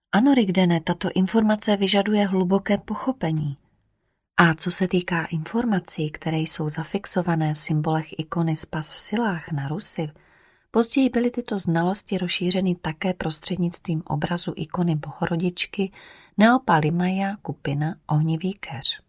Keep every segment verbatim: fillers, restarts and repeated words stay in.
Ano, Rigdene, tato informace vyžaduje hluboké pochopení. A co se týká informací, které jsou zafixované v symbolech ikony Spas v silách na Rusi, později byly tyto znalosti rozšířeny také prostřednictvím obrazu ikony Bohorodičky Neopalimaja Kupina Ohnivý keř.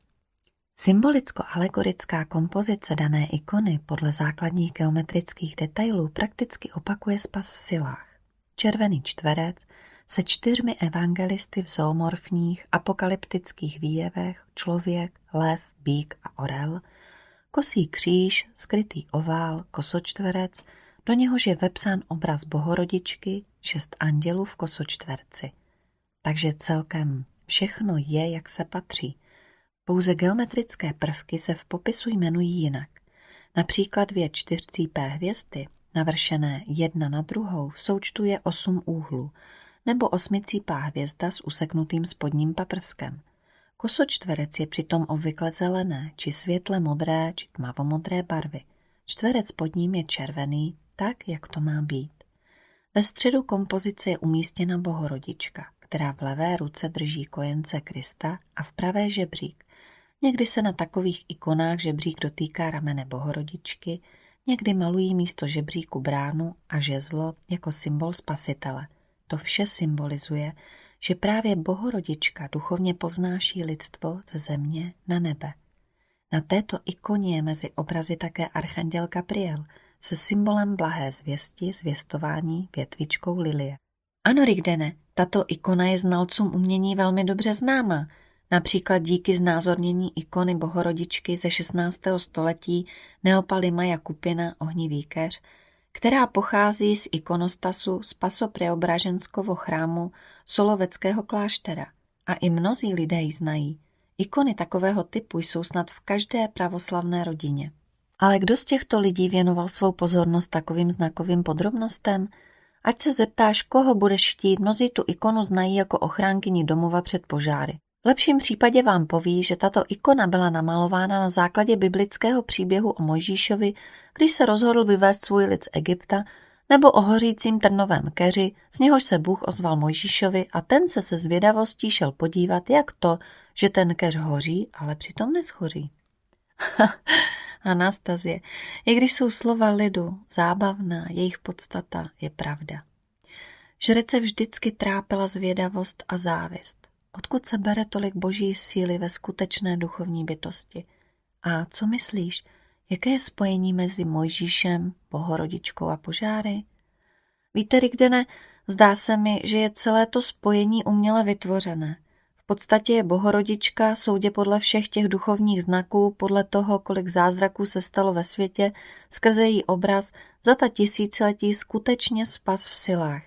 Symbolicko-alegorická kompozice dané ikony podle základních geometrických detailů prakticky opakuje Spas v silách. Červený čtverec se čtyřmi evangelisty v zoomorfních apokalyptických výjevech člověk, lev, býk a orel, kosý kříž, skrytý ovál, kosočtverec, do něhož je vepsán obraz Bohorodičky, šest andělů v kosočtverci. Takže celkem všechno je, jak se patří. Pouze geometrické prvky se v popisu jmenují jinak. Například dvě čtyřcípé hvězdy, navršené jedna na druhou, v součtu je osm úhlů, nebo osmicípá hvězda s useknutým spodním paprskem. Kosočtverec je přitom obvykle zelené, či světle modré, či tmavomodré barvy. Čtverec pod ním je červený, tak, jak to má být. Ve středu kompozice je umístěna Bohorodička, která v levé ruce drží kojence Krista a v pravé žebřík. Někdy se na takových ikonách žebřík dotýká ramene Bohorodičky, někdy malují místo žebříku bránu a žezlo jako symbol spasitele. To vše symbolizuje, že právě Bohorodička duchovně povznáší lidstvo ze země na nebe. Na této ikoně je mezi obrazy také archanděl Gabriel se symbolem blahé zvěsti, zvěstování větvičkou lilie. Ano, Rigdene, tato ikona je znalcům umění velmi dobře známá, například díky znázornění ikony Bohorodičky ze šestnáctého století Neopalimaja Kupina Ohnivý keř, která pochází z ikonostasu Spasopreobraženskovo chrámu Soloveckého kláštera a i mnozí lidé ji znají. Ikony takového typu jsou snad v každé pravoslavné rodině. Ale kdo z těchto lidí věnoval svou pozornost takovým znakovým podrobnostem? Ať se zeptáš, koho budeš chtít, mnozí tu ikonu znají jako ochránkyni domova před požáry. V lepším případě vám poví, že tato ikona byla namalována na základě biblického příběhu o Mojžíšovi, když se rozhodl vyvést svůj lid z Egypta, nebo o hořícím trnovém keři, z něhož se Bůh ozval Mojžíšovi a ten se se zvědavostí šel podívat, jak to, že ten keř hoří, ale přitom neschoří. Anastazie, i když jsou slova lidu zábavná, jejich podstata je pravda. Žrece vždycky trápila zvědavost a závist. Odkud se bere tolik boží síly ve skutečné duchovní bytosti? A co myslíš, jaké je spojení mezi Mojžíšem, Bohorodičkou a požáry? Víte, Rigdene, zdá se mi, že je celé to spojení uměle vytvořené. V podstatě je Bohorodička, soudě podle všech těch duchovních znaků, podle toho, kolik zázraků se stalo ve světě, skrze její obraz, za ta tisíciletí skutečně spas v silách.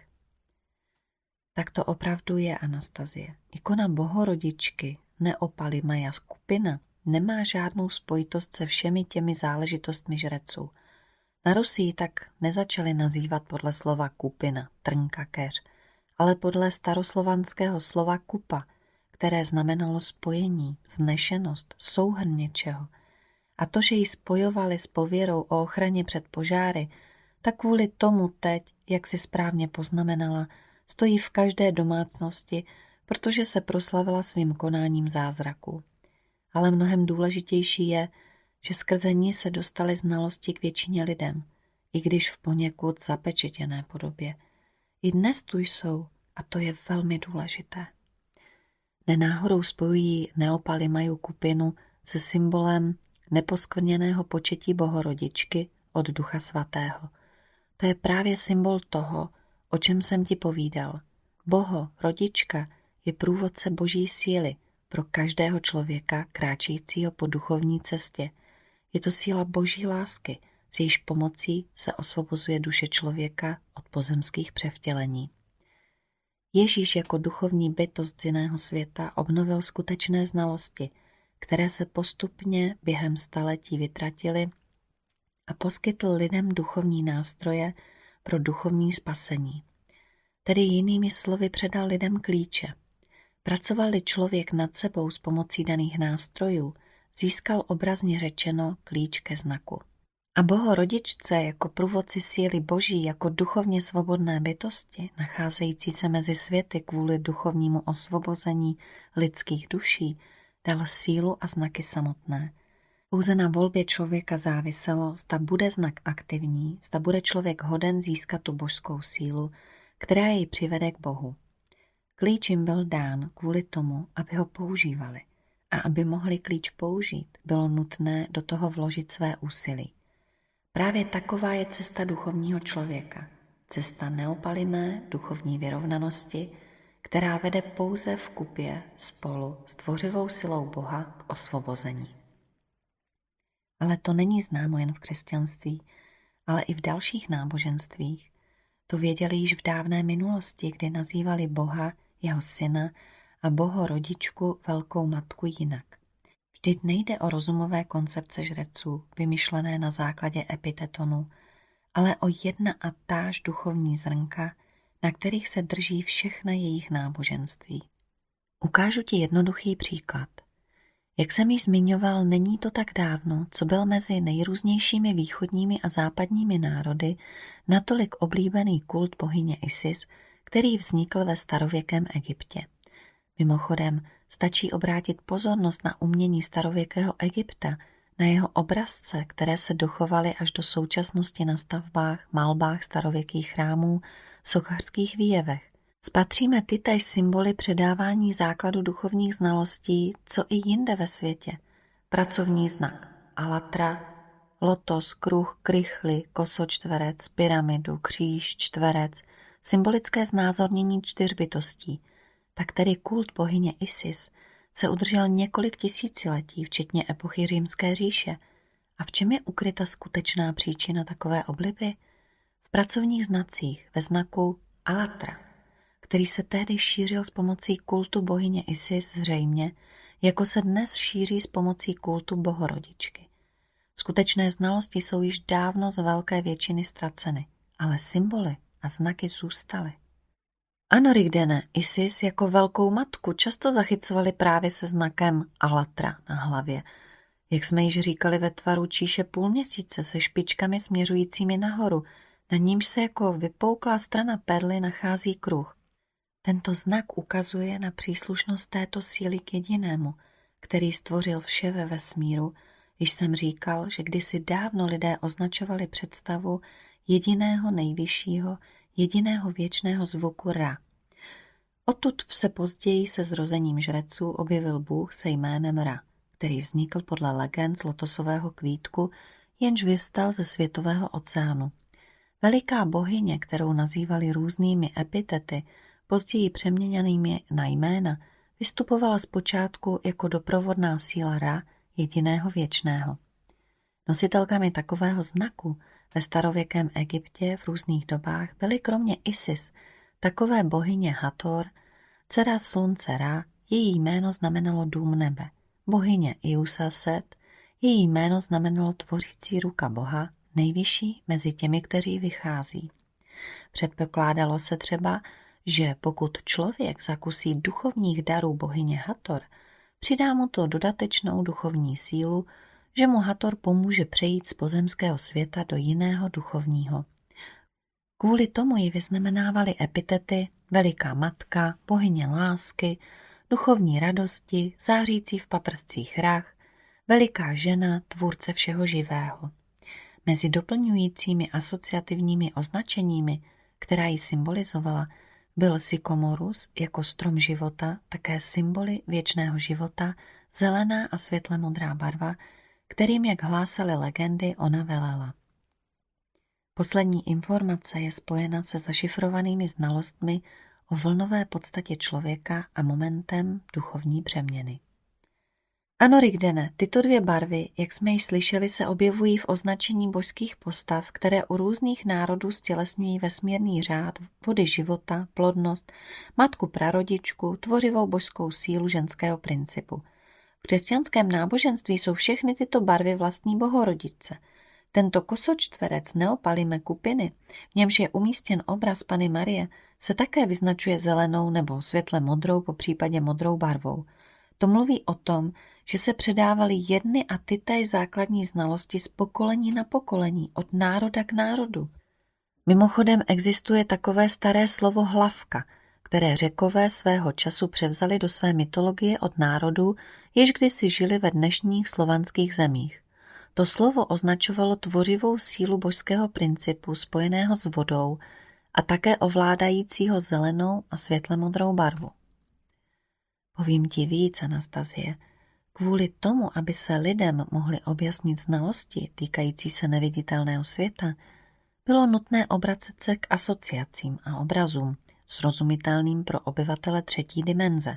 Tak to opravdu je, Anastazie. Ikona Bohorodičky Neopalimaja Kupina nemá žádnou spojitost se všemi těmi záležitostmi žreců. Na Rusi ji tak nezačali nazývat podle slova kupina, trnka, keř, ale podle staroslovanského slova kupa, které znamenalo spojení, znešenost, souhrn něčeho. A to, že ji spojovali s pověrou o ochraně před požáry, tak kvůli tomu teď, jak si správně poznamenala, stojí v každé domácnosti, protože se proslavila svým konáním zázraků. Ale mnohem důležitější je, že skrze ní se dostaly znalosti k většině lidem, i když v poněkud zapečetěné podobě. I dnes tu jsou, a to je velmi důležité. Nenáhodou spojují Neopalimaju Kupinu se symbolem neposkvrněného početí Bohorodičky od Ducha Svatého. To je právě symbol toho, o čem jsem ti povídal. Boho, rodička, je průvodce boží síly pro každého člověka kráčejícího po duchovní cestě. Je to síla boží lásky, s jejíž pomocí se osvobozuje duše člověka od pozemských převtělení. Ježíš jako duchovní bytost z jiného světa obnovil skutečné znalosti, které se postupně během staletí vytratily a poskytl lidem duchovní nástroje pro duchovní spasení. Tedy jinými slovy předal lidem klíče. Pracoval-li člověk nad sebou s pomocí daných nástrojů, získal obrazně řečeno klíč ke znaku. A Bohorodičce jako průvodci síly Boží, jako duchovně svobodné bytosti, nacházející se mezi světy kvůli duchovnímu osvobození lidských duší, dal sílu a znaky samotné. Pouze na volbě člověka záviselo, zda bude znak aktivní, zda bude člověk hoden získat tu božskou sílu, která jej přivede k Bohu. Klíč jim byl dán kvůli tomu, aby ho používali. A aby mohli klíč použít, bylo nutné do toho vložit své úsilí. Právě taková je cesta duchovního člověka. Cesta neopalimé duchovní vyrovnanosti, která vede pouze v kupě spolu s tvořivou silou Boha k osvobození. Ale to není známo jen v křesťanství, ale i v dalších náboženstvích. To věděli již v dávné minulosti, kdy nazývali Boha, jeho syna a Bohorodičku velkou matku jinak. Vždyť nejde o rozumové koncepce žreců, vymyšlené na základě epitetonu, ale o jedna a táž duchovní zrnka, na kterých se drží všechna jejich náboženství. Ukážu ti jednoduchý příklad. Jak jsem již zmiňoval, není to tak dávno, co byl mezi nejrůznějšími východními a západními národy natolik oblíbený kult bohyně Isis, který vznikl ve starověkém Egyptě. Mimochodem, stačí obrátit pozornost na umění starověkého Egypta, na jeho obrazce, které se dochovaly až do současnosti na stavbách, malbách starověkých chrámů, sochařských výjevech. Spatříme tytéž symboly předávání základu duchovních znalostí, co i jinde ve světě. Pracovní znak alatra, lotos, kruh, krychly, kosočtverec, pyramidu, kříž, čtverec, symbolické znázornění čtyř bytostí. Tak tedy kult bohyně Isis se udržel několik tisíciletí, včetně epochy Římské říše. A v čem je ukryta skutečná příčina takové obliby? V pracovních znacích, ve znaku alatra, který se tehdy šířil s pomocí kultu bohyně Isis zřejmě, jako se dnes šíří s pomocí kultu Bohorodičky. Skutečné znalosti jsou již dávno z velké většiny ztraceny, ale symboly a znaky zůstaly. Ano, Rigdene, Isis jako velkou matku často zachycovali právě se znakem alatra na hlavě, jak jsme již říkali ve tvaru číše půlměsíce se špičkami směřujícími nahoru, na nímž se jako vypouklá strana perly nachází kruh. Tento znak ukazuje na příslušnost této síly k jedinému, který stvořil vše ve vesmíru, již jsem říkal, že kdysi dávno lidé označovali představu jediného nejvyššího, jediného věčného zvuku Ra. Odtud se později se zrozením žreců objevil Bůh se jménem Ra, který vznikl podle legend z lotosového kvítku, jenž vyvstal ze světového oceánu. Veliká bohyně, kterou nazývali různými epitety, později přeměněnými na jména, vystupovala zpočátku jako doprovodná síla Ra, jediného věčného. Nositelkami takového znaku ve starověkém Egyptě v různých dobách byly kromě Isis takové bohyně Hathor, dcera slunce Ra, její jméno znamenalo dům nebe, bohyně Iusa Set, její jméno znamenalo tvořící ruka Boha, nejvyšší mezi těmi, kteří vychází. Předpokládalo se třeba, že pokud člověk zakusí duchovních darů bohyně Hathor, přidá mu to dodatečnou duchovní sílu, že mu Hathor pomůže přejít z pozemského světa do jiného duchovního. Kvůli tomu ji vyznamenávali epitety veliká matka, bohyně lásky, duchovní radosti, zářící v paprscích rah, veliká žena, tvůrce všeho živého. Mezi doplňujícími asociativními označeními, která ji symbolizovala, byl sykomorus jako strom života, také symboly věčného života, zelená a světle modrá barva, kterým, jak hlásaly legendy, ona velela. Poslední informace je spojena se zašifrovanými znalostmi o vlnové podstatě člověka a momentem duchovní přeměny. Ano, Rigdene, tyto dvě barvy, jak jsme již slyšeli, se objevují v označení božských postav, které u různých národů stělesňují vesmírný řád, vody života, plodnost, matku prarodičku, tvořivou božskou sílu ženského principu. V křesťanském náboženství jsou všechny tyto barvy vlastní Bohorodičce. Tento kosočtverec neopalime kupiny, v němž je umístěn obraz Panny Marie, se také vyznačuje zelenou nebo světle modrou, po případě modrou barvou. To mluví o tom, že se předávaly jedny a tytéž základní znalosti z pokolení na pokolení, od národa k národu. Mimochodem existuje takové staré slovo hlavka, které Řekové svého času převzali do své mytologie od národů, jež kdysi žili ve dnešních slovanských zemích. To slovo označovalo tvořivou sílu božského principu spojeného s vodou a také ovládajícího zelenou a světlemodrou barvu. Povím ti víc, Anastazie. Kvůli tomu, aby se lidem mohly objasnit znalosti týkající se neviditelného světa, bylo nutné obracet se k asociacím a obrazům, srozumitelným pro obyvatele třetí dimenze.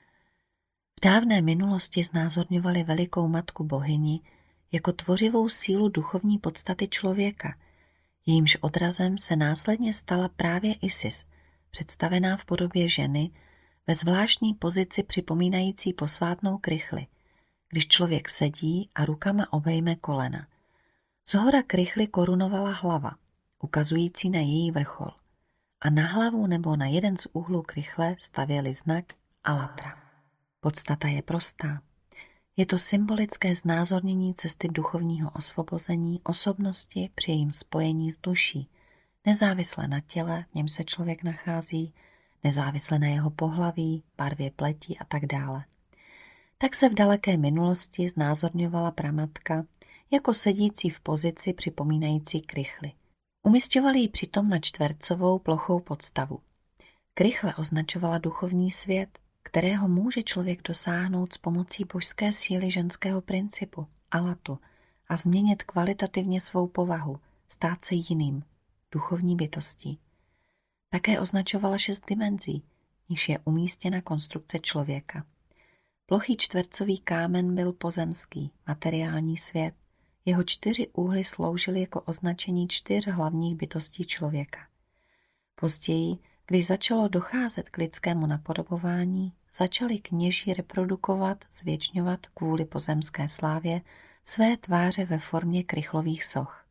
V dávné minulosti znázorňovali velikou matku bohyni jako tvořivou sílu duchovní podstaty člověka, jejímž odrazem se následně stala právě Isis, představená v podobě ženy ve zvláštní pozici připomínající posvátnou krychli, když člověk sedí a rukama obejme kolena. Zhora krychli korunovala hlava, ukazující na její vrchol, a na hlavu nebo na jeden z úhlů krychle stavěli znak Alatra. Podstata je prostá. Je to symbolické znázornění cesty duchovního osvobození osobnosti při jejím spojení s duší, nezávisle na těle, v něm se člověk nachází, nezávisle na jeho pohlaví, barvě pleti a tak dále. Tak se v daleké minulosti znázorňovala pramatka jako sedící v pozici připomínající krychli. Umisťovali ji přitom na čtvercovou plochou podstavu. Krychle označovala duchovní svět, kterého může člověk dosáhnout s pomocí božské síly ženského principu, alatu, a změnit kvalitativně svou povahu, stát se jiným, duchovní bytostí. Také označovala šest dimenzí, níž je umístěna konstrukce člověka. Plochý čtvercový kámen byl pozemský, materiální svět. Jeho čtyři úhly sloužily jako označení čtyř hlavních bytostí člověka. Později, když začalo docházet k lidskému napodobování, začali kněží reprodukovat, zvětšňovat kvůli pozemské slávě své tváře ve formě krychlových soch.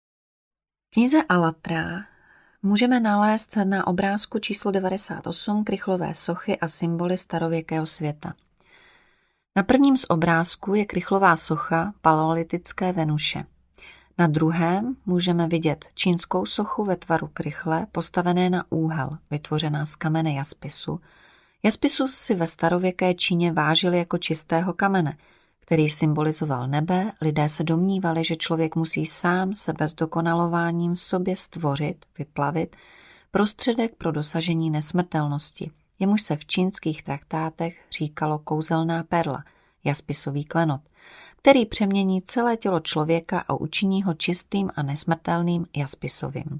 V knize Alatra můžeme nalézt na obrázku číslo devadesát osm krychlové sochy a symboly starověkého světa. Na prvním z obrázků je krychlová socha paleolitické Venuše. Na druhém můžeme vidět čínskou sochu ve tvaru krychle postavené na úhel, vytvořená z kamene jaspisu. Jaspisus si ve starověké Číně vážili jako čistého kamene, který symbolizoval nebe. Lidé se domnívali, že člověk musí sám sebe zdokonalováním v sobě stvořit, vyplavit, prostředek pro dosažení nesmrtelnosti, jemuž se v čínských traktátech říkalo kouzelná perla, jaspisový klenot, který přemění celé tělo člověka a učiní ho čistým a nesmrtelným jaspisovým.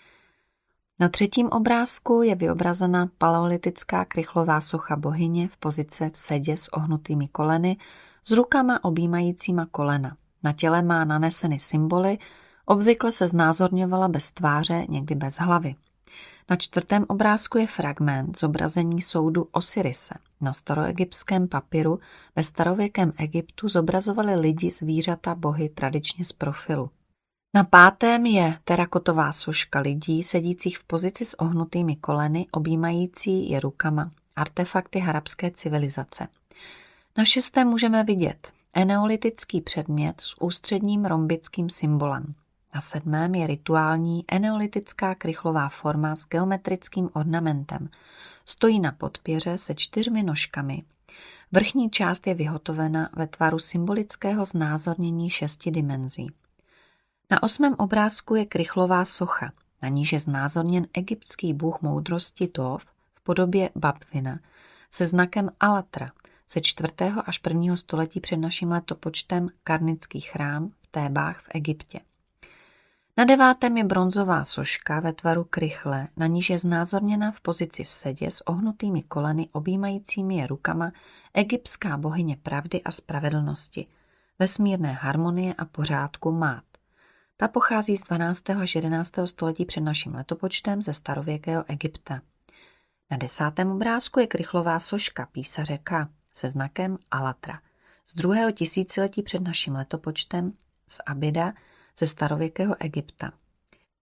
Na třetím obrázku je vyobrazena paleolitická krychlová socha bohyně v pozici v sedě s ohnutými koleny, s rukama objímajícíma kolena. Na těle má naneseny symboly, obvykle se znázorňovala bez tváře, někdy bez hlavy. Na čtvrtém obrázku je fragment zobrazení soudu Osirise. Na staroegyptském papiru ve starověkém Egyptu zobrazovali lidi, zvířata, bohy tradičně z profilu. Na pátém je terakotová soška lidí sedících v pozici s ohnutými koleny, objímající je rukama, artefakty harabské civilizace. Na šestém můžeme vidět eneolitický předmět s ústředním rombickým symbolem. Na sedmém je rituální eneolitická krychlová forma s geometrickým ornamentem. Stojí na podpěře se čtyřmi nožkami. Vrchní část je vyhotovena ve tvaru symbolického znázornění šesti dimenzí. Na osmém obrázku je krychlová socha, na níž je znázorněn egyptský bůh moudrosti Thoth v podobě Babvina se znakem Alatra ze čtvrtého až prvního století před naším letopočtem karnický chrám v Tébách v Egyptě. Na devátém je bronzová soška ve tvaru krychle, na níž je znázorněna v pozici v sedě s ohnutými koleny objímajícími je rukama egyptská bohyně pravdy a spravedlnosti, vesmírné harmonie a pořádku Mát. Ta pochází z dvanáctého až jedenáctého století před naším letopočtem ze starověkého Egypta. Na desátém obrázku je krychlová soška písaře Ka se znakem Alatra z druhého tisíciletí před naším letopočtem z Abida ze starověkého Egypta.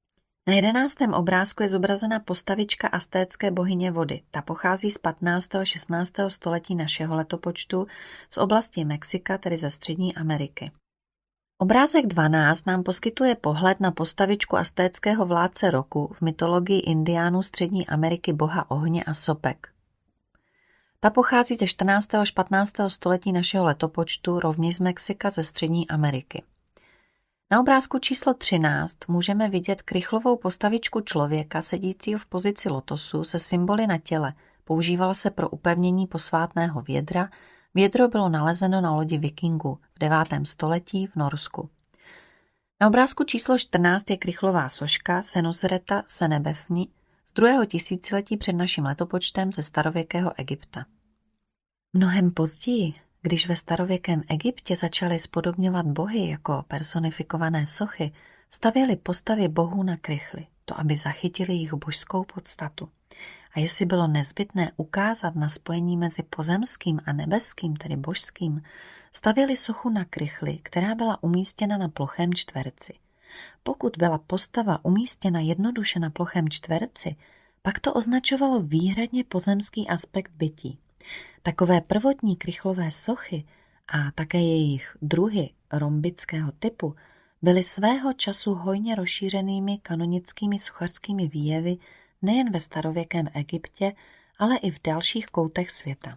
Na jedenáctém obrázku je zobrazena postavička aztécké bohyně vody. Ta pochází z patnáctého a šestnáctého století našeho letopočtu z oblasti Mexika, tedy ze Střední Ameriky. Obrázek dvanáct nám poskytuje pohled na postavičku aztéckého vládce roku v mytologii indiánů Střední Ameriky boha ohně a sopek. Ta pochází ze čtrnáctého až patnáctého století našeho letopočtu, rovněž z Mexika ze Střední Ameriky. Na obrázku číslo třináct můžeme vidět krychlovou postavičku člověka sedícího v pozici lotosu se symboly na těle. Používal se pro upevnění posvátného vědra. Vědro bylo nalezeno na lodi vikingů v devátém století v Norsku. Na obrázku číslo čtrnáct je krychlová soška Senusreta Senebefni z druhého tisíciletí před naším letopočtem ze starověkého Egypta. Mnohem později, když ve starověkém Egyptě začali spodobňovat bohy jako personifikované sochy, stavěli postavy bohů na krychly, to aby zachytili jejich božskou podstatu. A jestli bylo nezbytné ukázat na spojení mezi pozemským a nebeským, tedy božským, stavěli sochu na krychli, která byla umístěna na plochém čtverci. Pokud byla postava umístěna jednoduše na plochém čtverci, pak to označovalo výhradně pozemský aspekt bytí. Takové prvotní krychlové sochy a také jejich druhy rombického typu byly svého času hojně rozšířenými kanonickými sochařskými výjevy nejen ve starověkém Egyptě, ale i v dalších koutech světa.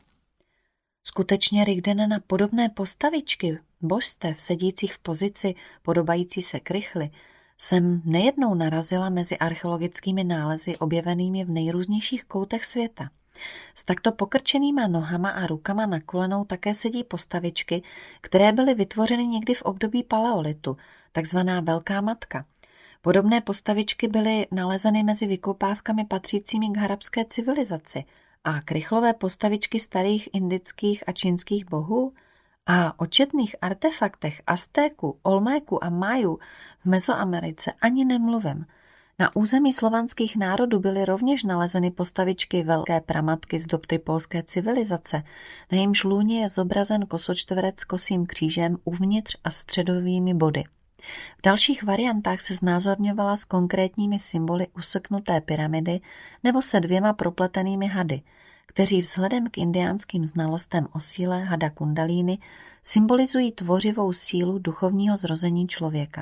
Skutečně Rigden na podobné postavičky božstev sedících v pozici podobající se krychly jsem nejednou narazila mezi archeologickými nálezy objevenými v nejrůznějších koutech světa. S takto pokrčenýma nohama a rukama na kolenou také sedí postavičky, které byly vytvořeny někdy v období paleolitu, takzvaná Velká matka. Podobné postavičky byly nalezeny mezi vykopávkami patřícími k harabské civilizaci a krychlové postavičky starých indických a čínských bohů a o četných artefaktech Aztéků, Olméků a Majů v Mezoamerice ani nemluvím. Na území slovanských národů byly rovněž nalezeny postavičky velké pramatky z dob tripolské civilizace, na jejímž lůně je zobrazen kosočtverec s kosým křížem uvnitř a středovými body. V dalších variantách se znázorňovala s konkrétními symboly useknuté pyramidy nebo se dvěma propletenými hady, kteří vzhledem k indiánským znalostem o síle hada kundalíny symbolizují tvořivou sílu duchovního zrození člověka.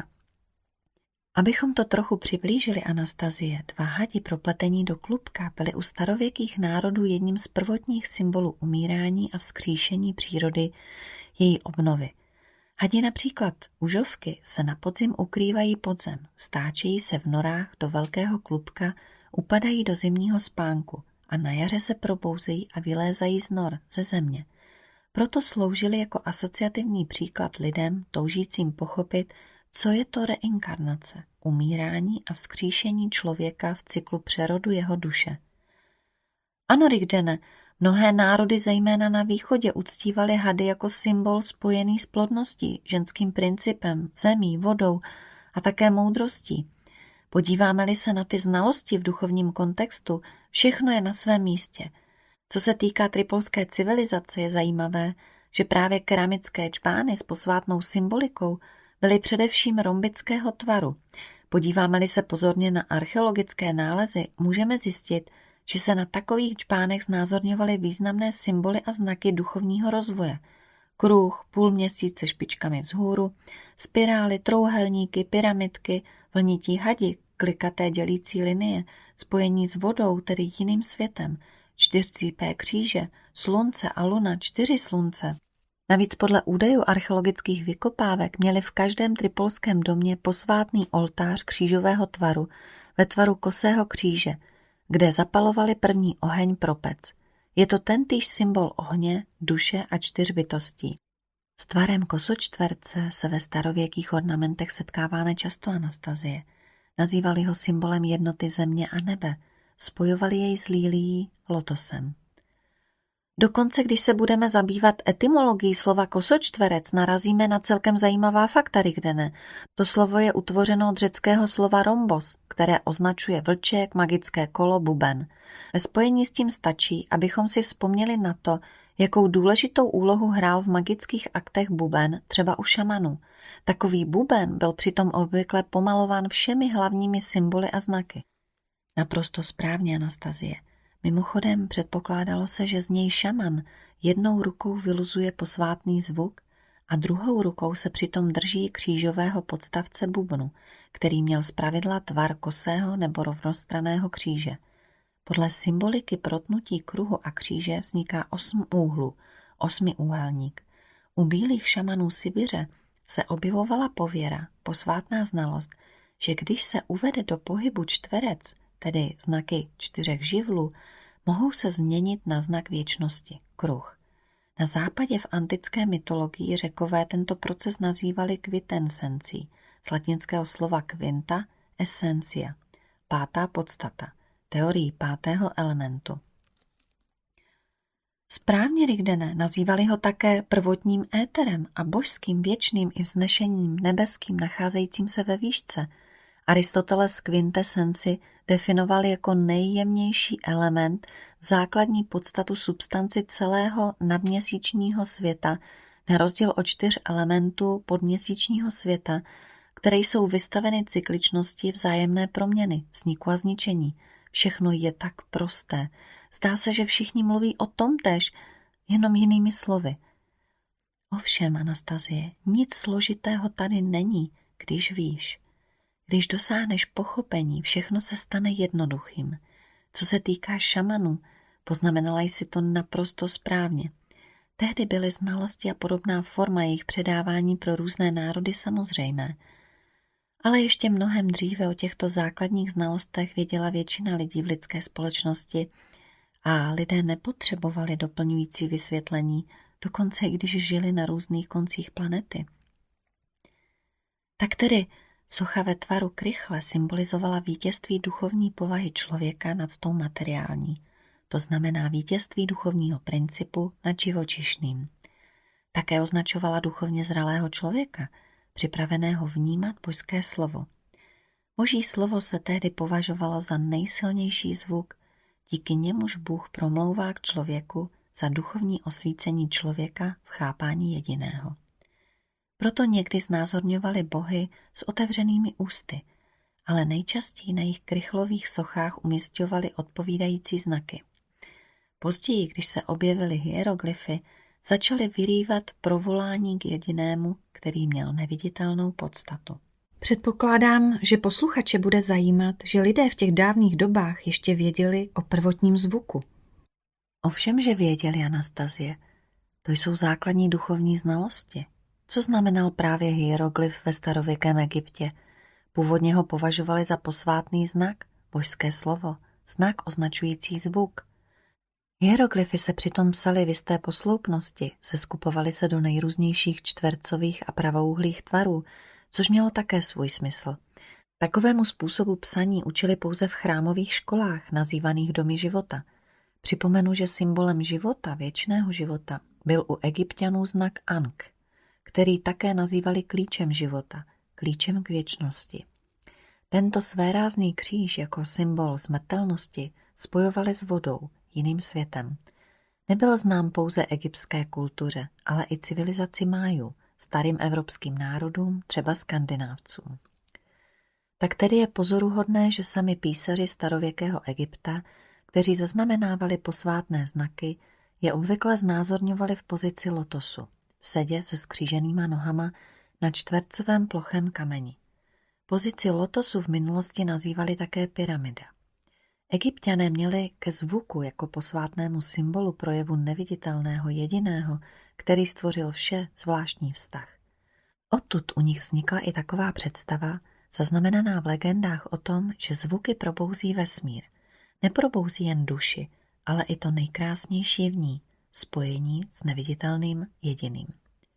Abychom to trochu přiblížili Anastazie, dva hadi propletení do klubka byly u starověkých národů jedním z prvotních symbolů umírání a vzkříšení přírody, její obnovy. Hadi například užovky se na podzim ukrývají pod zem, stáčejí se v norách do velkého klubka, upadají do zimního spánku a na jaře se probouzejí a vylézají z nor, ze země. Proto sloužily jako asociativní příklad lidem toužícím pochopit, co je to reinkarnace, umírání a vzkříšení člověka v cyklu přerodu jeho duše. Ano, Rigdene, mnohé národy, zejména na východě, uctívaly hady jako symbol spojený s plodností, ženským principem, zemí, vodou a také moudrostí. Podíváme-li se na ty znalosti v duchovním kontextu, všechno je na svém místě. Co se týká tripolské civilizace, je zajímavé, že právě keramické čbány s posvátnou symbolikou byly především rombického tvaru. Podíváme-li se pozorně na archeologické nálezy, můžeme zjistit, že se na takových čbánech znázorňovaly významné symboly a znaky duchovního rozvoje. Kruh, půl měsíce špičkami vzhůru, spirály, trouhelníky, pyramidky, vlnití hadi, klikaté dělící linie, spojení s vodou, tedy jiným světem, čtyřcípé kříže, slunce a luna, čtyři slunce. Navíc podle údajů archeologických vykopávek měli v každém tripolském domě posvátný oltář křížového tvaru ve tvaru kosého kříže, kde zapalovali první oheň pro pec. Je to tentýž symbol ohně, duše a čtyř bytostí. S tvarem kosočtverce se ve starověkých ornamentech setkáváme často, Anastazie. Nazývali ho symbolem jednoty země a nebe, spojovali jej s lílií, lotosem. Dokonce, když se budeme zabývat etymologií slova kosočtverec, narazíme na celkem zajímavá fakta, Rigdene. To slovo je utvořeno od řeckého slova rombos, které označuje vlček, magické kolo, buben. Ve spojení s tím stačí, abychom si vzpomněli na to, Jakou důležitou úlohu hrál v magických aktech buben, třeba u šamanů. Takový buben byl přitom obvykle pomalován všemi hlavními symboly a znaky. Naprosto správně, Anastazie. Mimochodem předpokládalo se, že z něj šaman jednou rukou vyluzuje posvátný zvuk a druhou rukou se přitom drží křížového podstavce bubnu, který měl zpravidla tvar kosého nebo rovnostranného kříže. Podle symboliky protnutí kruhu a kříže vzniká osm úhlů, osmiúhelník. U bílých šamanů Sibiře se objevovala pověra, posvátná znalost, že když se uvede do pohybu čtverec, tedy znaky čtyřech živlů, mohou se změnit na znak věčnosti, kruh. Na západě v antické mytologii Řekové tento proces nazývali kvintessencí, z latinského slova quinta, essentia, pátá podstata, teorií pátého elementu. Správně, Rigdene, nazývali ho také prvotním éterem a božským věčným i vznešením nebeským nacházejícím se ve výšce. Aristoteles kvintessenci definoval jako nejjemnější element, základní podstatu substanci celého nadměsíčního světa, na rozdíl od čtyř elementů podměsíčního světa, které jsou vystaveny cykličnosti vzájemné proměny, vzniku a zničení. Všechno je tak prosté. Zdá se, že všichni mluví o tomtéž, jenom jinými slovy. Ovšem, Anastazie, nic složitého tady není, když víš. Když dosáhneš pochopení, všechno se stane jednoduchým. Co se týká šamanů, poznamenala jsi to naprosto správně. Tehdy byly znalosti a podobná forma jejich předávání pro různé národy samozřejmé. Ale ještě mnohem dříve o těchto základních znalostech věděla většina lidí v lidské společnosti a lidé nepotřebovali doplňující vysvětlení, dokonce i když žili na různých koncích planety. Tak tedy socha ve tvaru krychle symbolizovala vítězství duchovní povahy člověka nad tou materiální, to znamená vítězství duchovního principu nad živočišným. Také označovala duchovně zralého člověka, připraveného vnímat božské slovo. Boží slovo se tehdy považovalo za nejsilnější zvuk, díky němuž Bůh promlouvá k člověku za duchovní osvícení člověka v chápání jediného. Proto někdy znázorňovali bohy s otevřenými ústy, ale nejčastěji na jejich krychlových sochách umisťovali odpovídající znaky. Později, když se objevily hieroglyfy, začaly vyrývat provolání k jedinému, který měl neviditelnou podstatu. Předpokládám, že posluchače bude zajímat, že lidé v těch dávných dobách ještě věděli o prvotním zvuku. Ovšem, že věděli, Anastazie, to jsou základní duchovní znalosti. Co znamenal právě hieroglyf ve starověkém Egyptě? Původně ho považovali za posvátný znak, božské slovo, znak označující zvuk. Hieroglyfy se přitom psaly v jisté posloupnosti, seskupovaly se do nejrůznějších čtvercových a pravouhlých tvarů, což mělo také svůj smysl. Takovému způsobu psaní učili pouze v chrámových školách, nazývaných domy života. Připomenu, že symbolem života, věčného života, byl u Egypťanů znak Ankh, který také nazývali klíčem života, klíčem k věčnosti. Tento svérázný kříž jako symbol smrtelnosti spojovali s vodou, jiným světem. Nebyl znám pouze egyptské kultuře, ale i civilizaci Májů, starým evropským národům, třeba Skandinávcům. Tak tedy je pozoruhodné, že sami písaři starověkého Egypta, kteří zaznamenávali posvátné znaky, je obvykle znázorňovali v pozici lotosu, v sedě se skříženýma nohama na čtvercovém plochém kameni. Pozici lotosu v minulosti nazývali také pyramida. Egypťané měli ke zvuku jako posvátnému symbolu projevu neviditelného jediného, který stvořil vše, zvláštní vztah. Odtud u nich vznikla i taková představa, zaznamenaná v legendách o tom, že zvuky probouzí vesmír. Neprobouzí jen duši, ale i to nejkrásnější v ní, spojení s neviditelným jediným.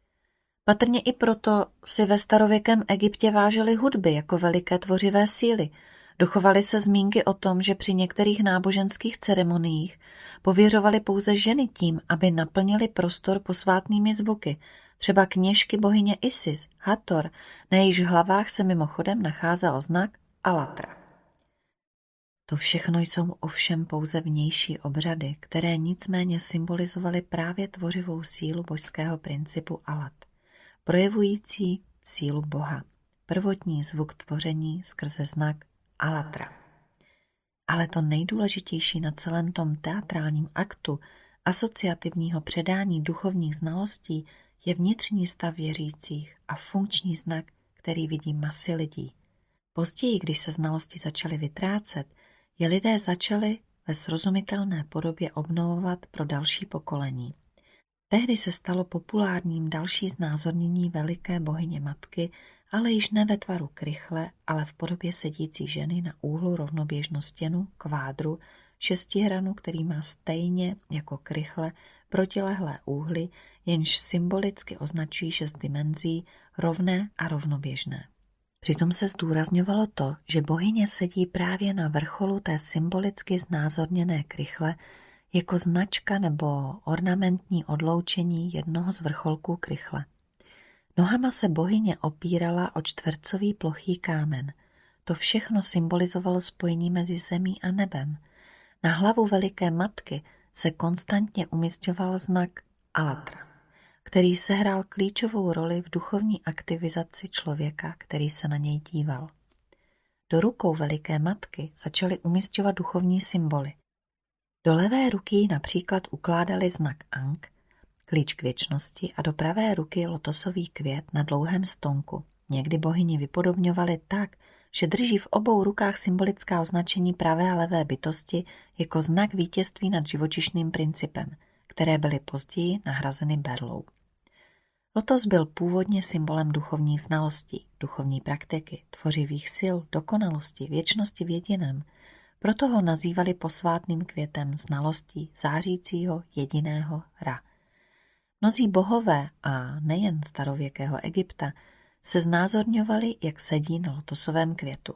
Patrně i proto si ve starověkém Egyptě vážili hudby jako veliké tvořivé síly. Dochovaly se zmínky o tom, že při některých náboženských ceremoniích pověřovali pouze ženy tím, aby naplnili prostor posvátnými zvuky, třeba kněžky bohyně Isis, Hathor, na jejíž hlavách se mimochodem nacházel znak Alatra. To všechno jsou ovšem pouze vnější obřady, které nicméně symbolizovaly právě tvořivou sílu božského principu Alat, projevující sílu Boha, prvotní zvuk tvoření skrze znak Alatra. Ale to nejdůležitější na celém tom teatrálním aktu asociativního předání duchovních znalostí je vnitřní stav věřících a funkční znak, který vidí masy lidí. Později, když se znalosti začaly vytrácet, je lidé začali ve srozumitelné podobě obnovovat pro další pokolení. Tehdy se stalo populárním další znázornění veliké bohyně matky, ale již ne ve tvaru krychle, ale v podobě sedící ženy na úhlu rovnoběžnou stěnu, kvádru, šestihranu, který má stejně jako krychle protilehlé úhly, jenž symbolicky označují šest dimenzí, rovné a rovnoběžné. Přitom se zdůrazňovalo to, že bohyně sedí právě na vrcholu té symbolicky znázorněné krychle jako značka nebo ornamentní odloučení jednoho z vrcholků krychle. Nohama se bohyně opírala o čtvercový plochý kámen. To všechno symbolizovalo spojení mezi zemí a nebem. Na hlavu veliké matky se konstantně umisťoval znak Alatra, který sehrál klíčovou roli v duchovní aktivizaci člověka, který se na něj díval. Do rukou veliké matky začaly umisťovat duchovní symboly. Do levé ruky například ukládali znak Ankh, klíč k věčnosti, a do pravé ruky lotosový květ na dlouhém stonku. Někdy bohyni vypodobňovali tak, že drží v obou rukách symbolická označení pravé a levé bytosti jako znak vítězství nad živočišným principem, které byly později nahrazeny berlou. Lotos byl původně symbolem duchovních znalostí, duchovní praktiky, tvořivých sil, dokonalosti, věčnosti v jediném. Proto ho nazývali posvátným květem znalostí zářícího jediného Ra. Mnozí bohové a nejen starověkého Egypta se znázorňovali, jak sedí na lotosovém květu.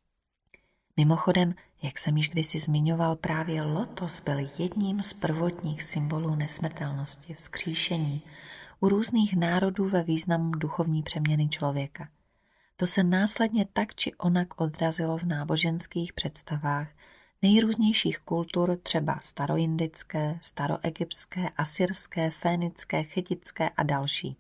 Mimochodem, jak jsem již kdysi zmiňoval, právě lotos byl jedním z prvotních symbolů nesmrtelnosti, vzkříšení u různých národů ve významu duchovní přeměny člověka. To se následně tak či onak odrazilo v náboženských představách nejrůznějších kultur, třeba staroindické, staroegyptské, asyrské, fénické, chetické a další.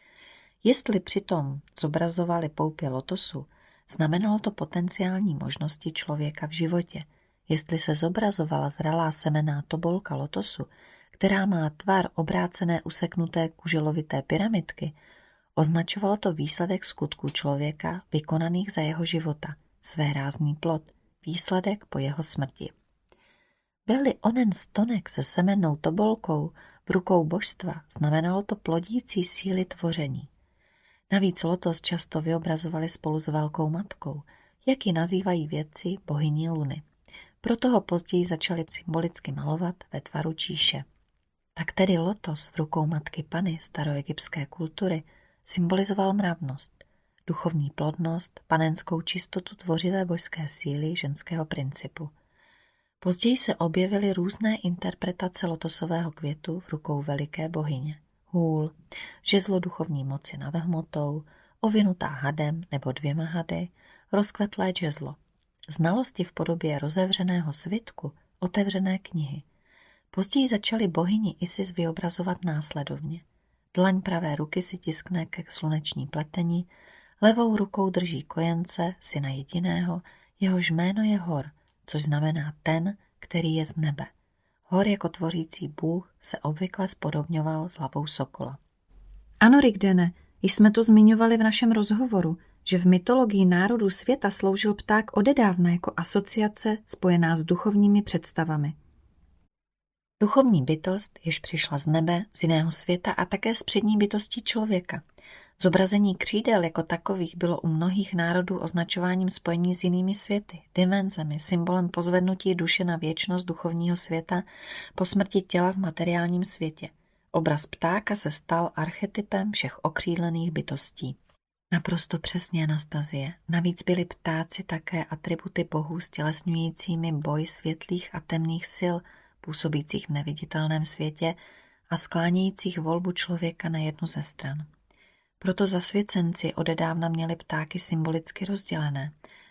Jestli přitom zobrazovali poupě lotosu, znamenalo to potenciální možnosti člověka v životě. Jestli se zobrazovala zralá semenná tobolka lotosu, která má tvar obrácené useknuté kuželovité pyramidky, označovalo to výsledek skutků člověka vykonaných za jeho života, své rázný plod, výsledek po jeho smrti. Byl-li onen stonek se semennou tobolkou v rukou božstva, znamenalo to plodící síly tvoření. Navíc lotos často vyobrazovali spolu s velkou matkou, jak ji nazývají vědci bohyni Luny. Proto ho později začali symbolicky malovat ve tvaru číše. Tak tedy lotos v rukou matky Pany staroegyptské kultury symbolizoval mravnost, duchovní plodnost, panenskou čistotu tvořivé božské síly ženského principu. Později se objevily různé interpretace lotosového květu v rukou veliké bohyně. Hůl, žezlo duchovní moci nad hmotou, ovinutá hadem nebo dvěma hady, rozkvetlé žezlo. Znalosti v podobě rozevřeného svitku, otevřené knihy. Později začaly bohyni Isis vyobrazovat následovně. Dlaň pravé ruky si tiskne ke sluneční pletení, levou rukou drží kojence, syna jediného, jehož jméno je Hor, což znamená ten, který je z nebe. Hor jako tvořící bůh se obvykle spodobňoval s hlavou sokola. Ano, Rigdene, již jsme to zmiňovali v našem rozhovoru, že v mytologii národů světa sloužil pták odedávna jako asociace spojená s duchovními představami. Duchovní bytost, jež přišla z nebe, z jiného světa a také z přední bytosti člověka. Zobrazení křídel jako takových bylo u mnohých národů označováním spojení s jinými světy, dimenzemi, symbolem pozvednutí duše na věčnost duchovního světa po smrti těla v materiálním světě. Obraz ptáka se stal archetypem všech okřídlených bytostí. Naprosto přesně, Anastazie. Navíc byli ptáci také atributy bohů stělesňujícími boj světlých a temných sil, působících v neviditelném světě a sklánějících volbu člověka na jednu ze stran. Proto zasvěcenci odedávna měli ptáky symbolicky rozdělené.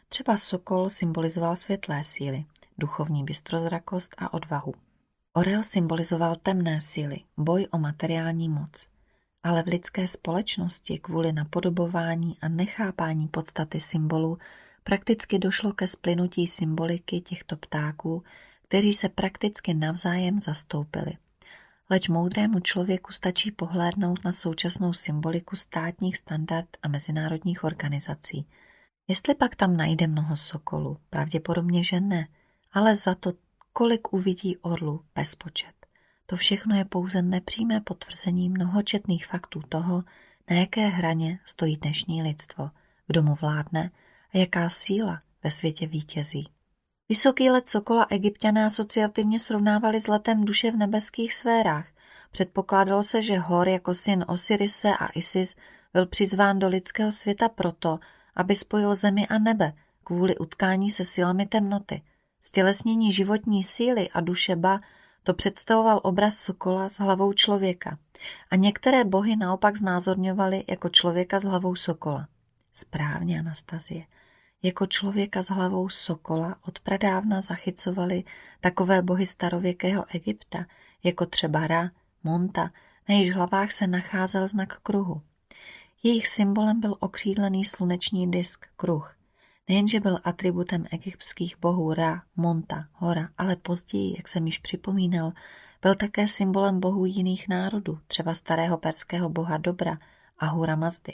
Třeba sokol symbolizoval světlé síly, duchovní bystrozrakost a odvahu. Orel symbolizoval temné síly, boj o materiální moc. Ale v lidské společnosti kvůli napodobování a nechápání podstaty symbolů prakticky došlo ke splynutí symboliky těchto ptáků, kteří se prakticky navzájem zastoupili. Leč moudrému člověku stačí pohlédnout na současnou symboliku státních standard a mezinárodních organizací. Jestli pak tam najde mnoho sokolů, pravděpodobně, že ne, ale za to, kolik uvidí orlů, bezpočet. To všechno je pouze nepřímé potvrzení mnohočetných faktů toho, na jaké hraně stojí dnešní lidstvo, kdo mu vládne a jaká síla ve světě vítězí. Vysoký let sokola Egypťané asociativně srovnávali s letem duše v nebeských sférách. Předpokládalo se, že Hor jako syn Osirise a Isis byl přizván do lidského světa proto, aby spojil zemi a nebe kvůli utkání se silami temnoty. Stělesnění životní síly a duše Ba to představoval obraz sokola s hlavou člověka a některé bohy naopak znázorňovaly jako člověka s hlavou sokola. Správně, Anastazie. Jako člověka s hlavou sokola od pradávna zachycovali takové bohy starověkého Egypta, jako třeba Ra, Monta, na jejichž hlavách se nacházel znak kruhu. Jejich symbolem byl okřídlený sluneční disk, kruh. Nejenže byl atributem egyptských bohů Ra, Monta, Hora, ale později, jak jsem již připomínal, byl také symbolem bohů jiných národů, třeba starého perského boha dobra Ahura Mazdy.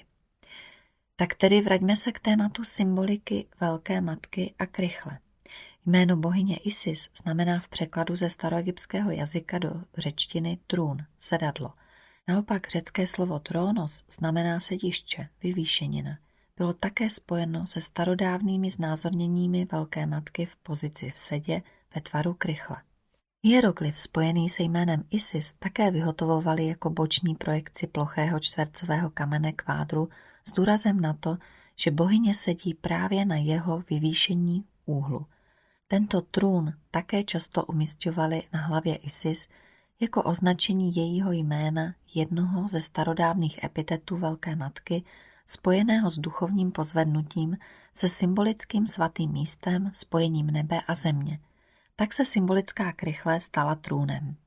Tak tedy vraťme se k tématu symboliky Velké matky a krychle. Jméno bohyně Isis znamená v překladu ze staroegyptského jazyka do řečtiny trůn, sedadlo. Naopak řecké slovo trónos znamená sediště, vyvýšenina. Bylo také spojeno se starodávnými znázorněními Velké matky v pozici v sedě ve tvaru krychle. Hieroglyf spojený se jménem Isis také vyhotovovali jako boční projekci plochého čtvercového kamene kvádru s důrazem na to, že bohyně sedí právě na jeho vyvýšení úhlu. Tento trůn také často umisťovali na hlavě Isis jako označení jejího jména, jednoho ze starodávných epitetů Velké matky, spojeného s duchovním pozvednutím, se symbolickým svatým místem, spojením nebe a země. Tak se symbolická krychle stala trůnem.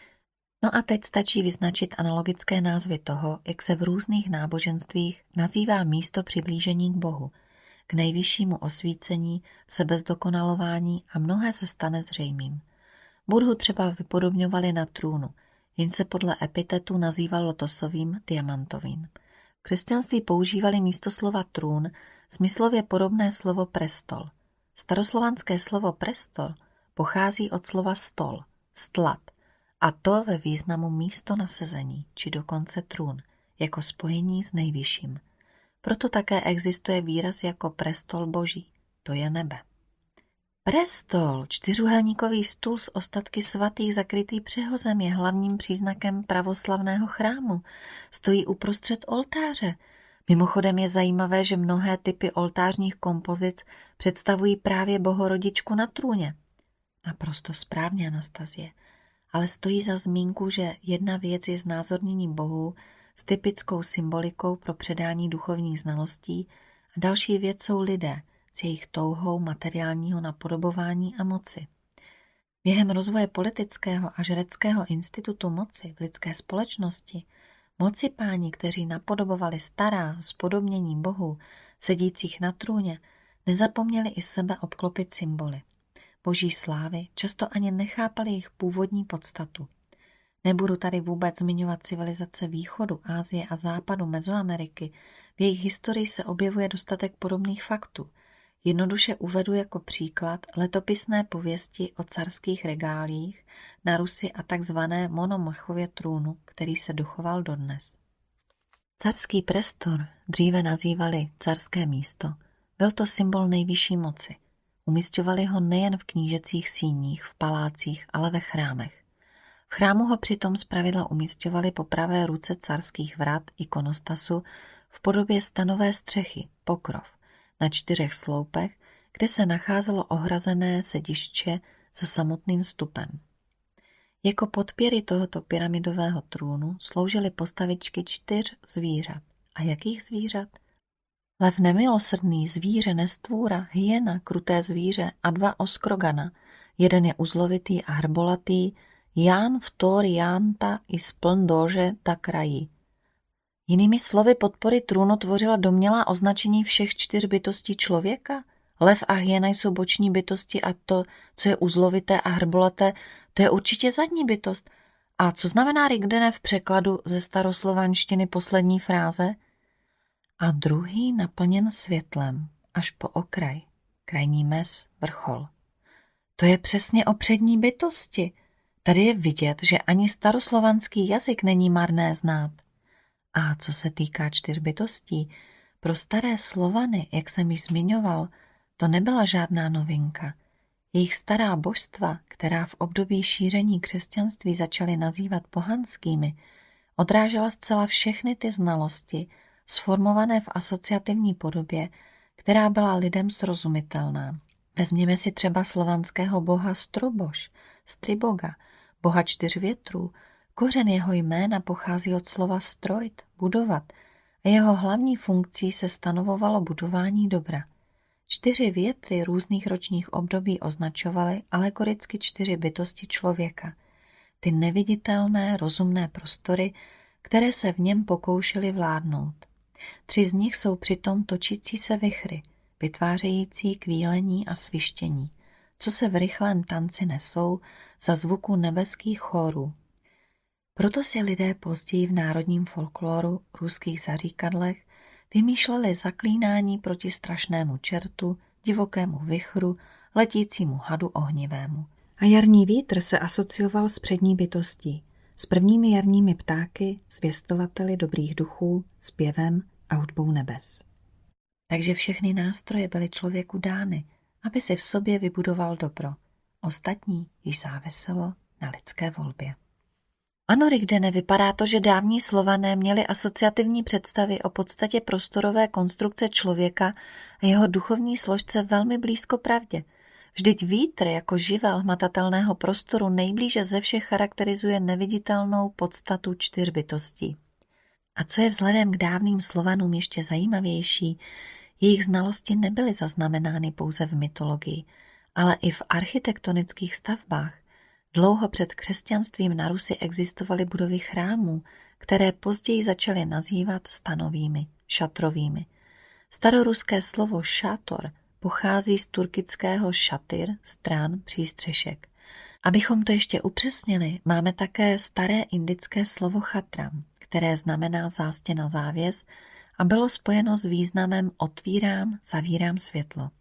No a teď stačí vyznačit analogické názvy toho, jak se v různých náboženstvích nazývá místo přiblížení k Bohu, k nejvyššímu osvícení, sebezdokonalování a mnohé se stane zřejmým. Budhu třeba vypodobňovali na trůnu, jen se podle epitetu nazýval lotosovým, diamantovým. V křesťanství používali místo slova trůn smyslově podobné slovo prestol. Staroslovanské slovo prestol pochází od slova stol, stlat, a to ve významu místo nasazení, či dokonce trůn, jako spojení s nejvyšším. Proto také existuje výraz jako prestol boží, to je nebe. Prestol, čtyřúhelníkový stůl s ostatky svatých zakrytý přehozem, je hlavním příznakem pravoslavného chrámu. Stojí uprostřed oltáře. Mimochodem je zajímavé, že mnohé typy oltářních kompozic představují právě Bohorodičku na trůně. Naprosto správně, Anastazie. Ale stojí za zmínku, že jedna věc je znázornění bohů s typickou symbolikou pro předání duchovních znalostí a další věc jsou lidé s jejich touhou materiálního napodobování a moci. Během rozvoje politického a žreckého institutu moci v lidské společnosti moci páni, kteří napodobovali stará spodobnění bohů sedících na trůně, nezapomněli i sebe obklopit symboly. Boží slávy často ani nechápali jejich původní podstatu. Nebudu tady vůbec zmiňovat civilizace východu, Asie a západu Mezoameriky. V jejich historii se objevuje dostatek podobných faktů. Jednoduše uvedu jako příklad letopisné pověsti o carských regálích na Rusi a takzvané monomachově trůnu, který se dochoval dodnes. Carský prestor dříve nazývali carské místo. Byl to symbol nejvyšší moci. Umisťovali ho nejen v knížecích síních, v palácích, ale ve chrámech. V chrámu ho přitom zpravidla umisťovali po pravé ruce carských vrat ikonostasu v podobě stanové střechy, pokrov, na čtyřech sloupech, kde se nacházelo ohrazené sediště za samotným vstupem. Jako podpěry tohoto pyramidového trůnu sloužily postavičky čtyř zvířat. A jakých zvířat? Lev nemilosrdný, zvíře nestvůra, hyena, kruté zvíře a dva oskrogana. Jeden je uzlovitý a hrbolatý, Ján vtor Jánta i spln dože ta krají. Jinými slovy podpory trůnu tvořila domnělá označení všech čtyř bytostí člověka? Lev a hyena jsou boční bytosti a to, co je uzlovité a hrbolaté, to je určitě zadní bytost. A co znamená Rigdene v překladu ze staroslovanštiny poslední fráze? A druhý naplněn světlem, až po okraj, krajní mez, vrchol. To je přesně o přední bytosti. Tady je vidět, že ani staroslovanský jazyk není marné znát. A co se týká čtyř bytostí, pro staré Slovany, jak jsem již zmiňoval, to nebyla žádná novinka. Jejich stará božstva, která v období šíření křesťanství začaly nazývat pohanskými, odrážela zcela všechny ty znalosti, sformované v asociativní podobě, která byla lidem srozumitelná. Vezměme si třeba slovanského boha Stroboš, Striboga, boha čtyř větrů. Kořen jeho jména pochází od slova strojt, budovat, a jeho hlavní funkcí se stanovovalo budování dobra. Čtyři větry různých ročních období označovaly alegoricky čtyři bytosti člověka, ty neviditelné, rozumné prostory, které se v něm pokoušely vládnout. Tři z nich jsou přitom točící se vichry, vytvářející kvílení a svištění, co se v rychlém tanci nesou za zvuku nebeských chórů. Proto si lidé později v národním folkloru, ruských zaříkadlech vymýšleli zaklínání proti strašnému čertu, divokému vichru, letícímu hadu ohnivému. A jarní vítr se asocioval s přední bytostí, s prvními jarními ptáky, zvěstovateli dobrých duchů, zpěvem a hudbou nebes. Takže všechny nástroje byly člověku dány, aby si v sobě vybudoval dobro. Ostatní již záviselo na lidské volbě. Ano, Rigdene, vypadá to, že dávní Slované měli asociativní představy o podstatě prostorové konstrukce člověka a jeho duchovní složce velmi blízko pravdě. Vždyť vítr jako živel hmatatelného prostoru nejblíže ze všech charakterizuje neviditelnou podstatu čtyř bytostí. A co je vzhledem k dávným Slovanům ještě zajímavější, jejich znalosti nebyly zaznamenány pouze v mytologii, ale i v architektonických stavbách. Dlouho před křesťanstvím na Rusi existovaly budovy chrámů, které později začaly nazývat stanovými, šatrovými. Staroruské slovo šátor pochází z turkického šatyr, stran, přístřešek. Abychom to ještě upřesnili, máme také staré indické slovo chatram, které znamená zástěna závěs a bylo spojeno s významem otvírám, zavírám světlo.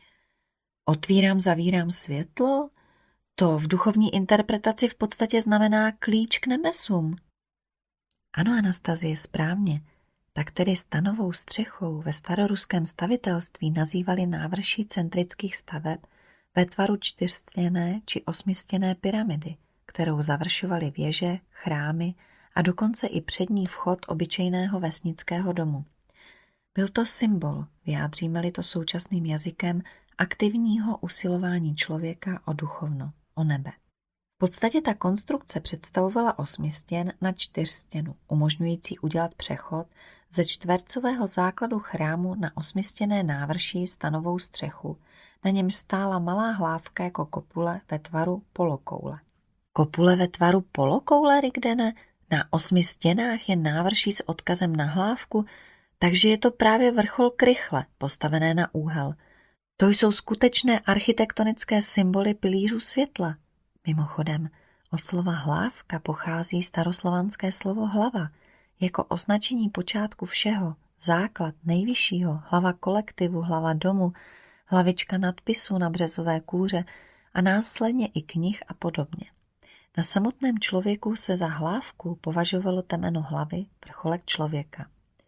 Otvírám, zavírám světlo? To v duchovní interpretaci v podstatě znamená klíč k nebesům. Ano, Anastazie, správně. Tak tedy stanovou střechou ve staroruském stavitelství nazývali návrší centrických staveb ve tvaru čtyřstěné či osmistěné pyramidy, kterou završovaly věže, chrámy a dokonce i přední vchod obyčejného vesnického domu. Byl to symbol, vyjádříme-li to současným jazykem, aktivního usilování člověka o duchovno, o nebe. V podstatě ta konstrukce představovala osmi stěn na čtyřstěnu, umožňující udělat přechod ze čtvercového základu chrámu na osmistěné návrší stanovou střechu, na něm stála malá hlávka jako kopule ve tvaru polokoule. Kopule ve tvaru polokoule, Rigdene? Na osmi stěnách je návrší s odkazem na hlávku, takže je to právě vrchol krychle, postavené na úhel. To jsou skutečné architektonické symboly pilířů světla. Mimochodem, od slova hlávka pochází staroslovanské slovo hlava, jako označení počátku všeho, základ nejvyššího, hlava kolektivu, hlava domu, hlavička nadpisu na březové kůře a následně i knih a podobně. Na samotném člověku se za hlávku považovalo temeno hlavy, vrcholek člověka.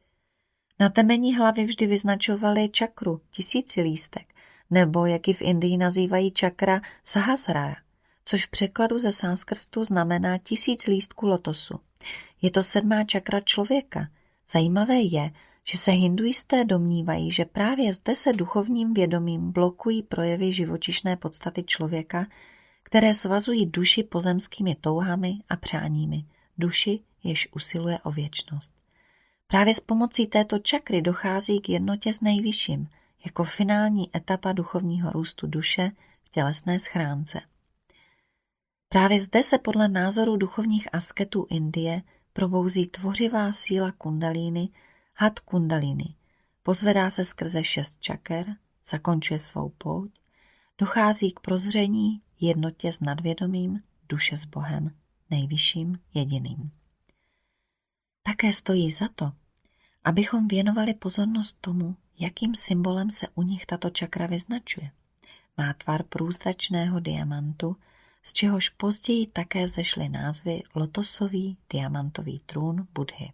Na temení hlavy vždy vyznačovali čakru, tisícilístek, nebo jak ji v Indii nazývají čakra sahasrara, což v překladu ze sanskrtu znamená tisíc lístků lotosu. Je to sedmá čakra člověka. Zajímavé je, že se hinduisté domnívají, že právě zde se duchovním vědomím blokují projevy živočišné podstaty člověka, které svazují duši pozemskými touhami a přáními, duši, jež usiluje o věčnost. Právě s pomocí této čakry dochází k jednotě s nejvyšším, jako finální etapa duchovního růstu duše v tělesné schránce. Právě zde se podle názoru duchovních asketů Indie probouzí tvořivá síla kundalíny, had kundalíny. Pozvedá se skrze šest čaker, zakončuje svou pouť, dochází k prozření, jednotě s nadvědomím, duše s Bohem, nejvyšším jediným. Také stojí za to, abychom věnovali pozornost tomu, jakým symbolem se u nich tato čakra vyznačuje. Má tvar průzračného diamantu, z čehož později také vzešly názvy lotosový diamantový trůn Buddhy.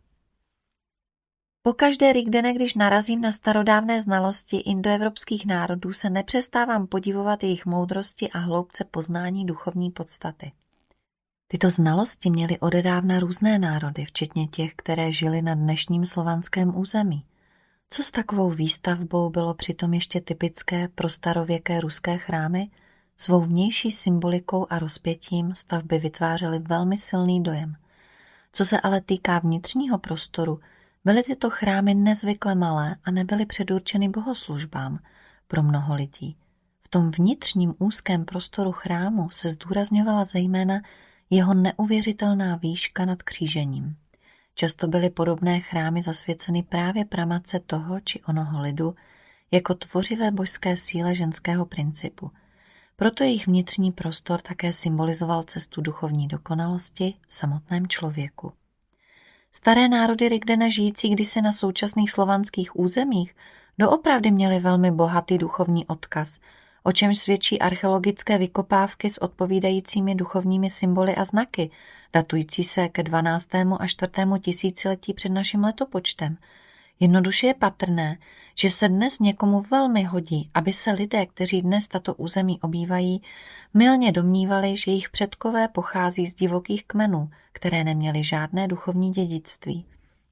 Pokaždé, Rigdene, když narazím na starodávné znalosti indoevropských národů, se nepřestávám podivovat jejich moudrosti a hloubce poznání duchovní podstaty. Tyto znalosti měly odedávna různé národy, včetně těch, které žily na dnešním slovanském území. Co s takovou výstavbou bylo přitom ještě typické pro starověké ruské chrámy? Svou vnější symbolikou a rozpětím stavby vytvářely velmi silný dojem. Co se ale týká vnitřního prostoru, byly tyto chrámy nezvykle malé a nebyly předurčeny bohoslužbám pro mnoho lidí. V tom vnitřním úzkém prostoru chrámu se zdůrazňovala zejména jeho neuvěřitelná výška nad křížením. Často byly podobné chrámy zasvěceny právě pramatce toho či onoho lidu jako tvořivé božské síle ženského principu. Proto jejich vnitřní prostor také symbolizoval cestu duchovní dokonalosti v samotném člověku. Staré národy Rigdene žijící kdysi na současných slovanských územích doopravdy měly velmi bohatý duchovní odkaz, o čemž svědčí archeologické vykopávky s odpovídajícími duchovními symboly a znaky, datující se ke dvanáctému a čtvrtému tisíciletí před naším letopočtem. Jednoduše je patrné, že se dnes někomu velmi hodí, aby se lidé, kteří dnes tato území obývají, mylně domnívali, že jejich předkové pochází z divokých kmenů, které neměly žádné duchovní dědictví.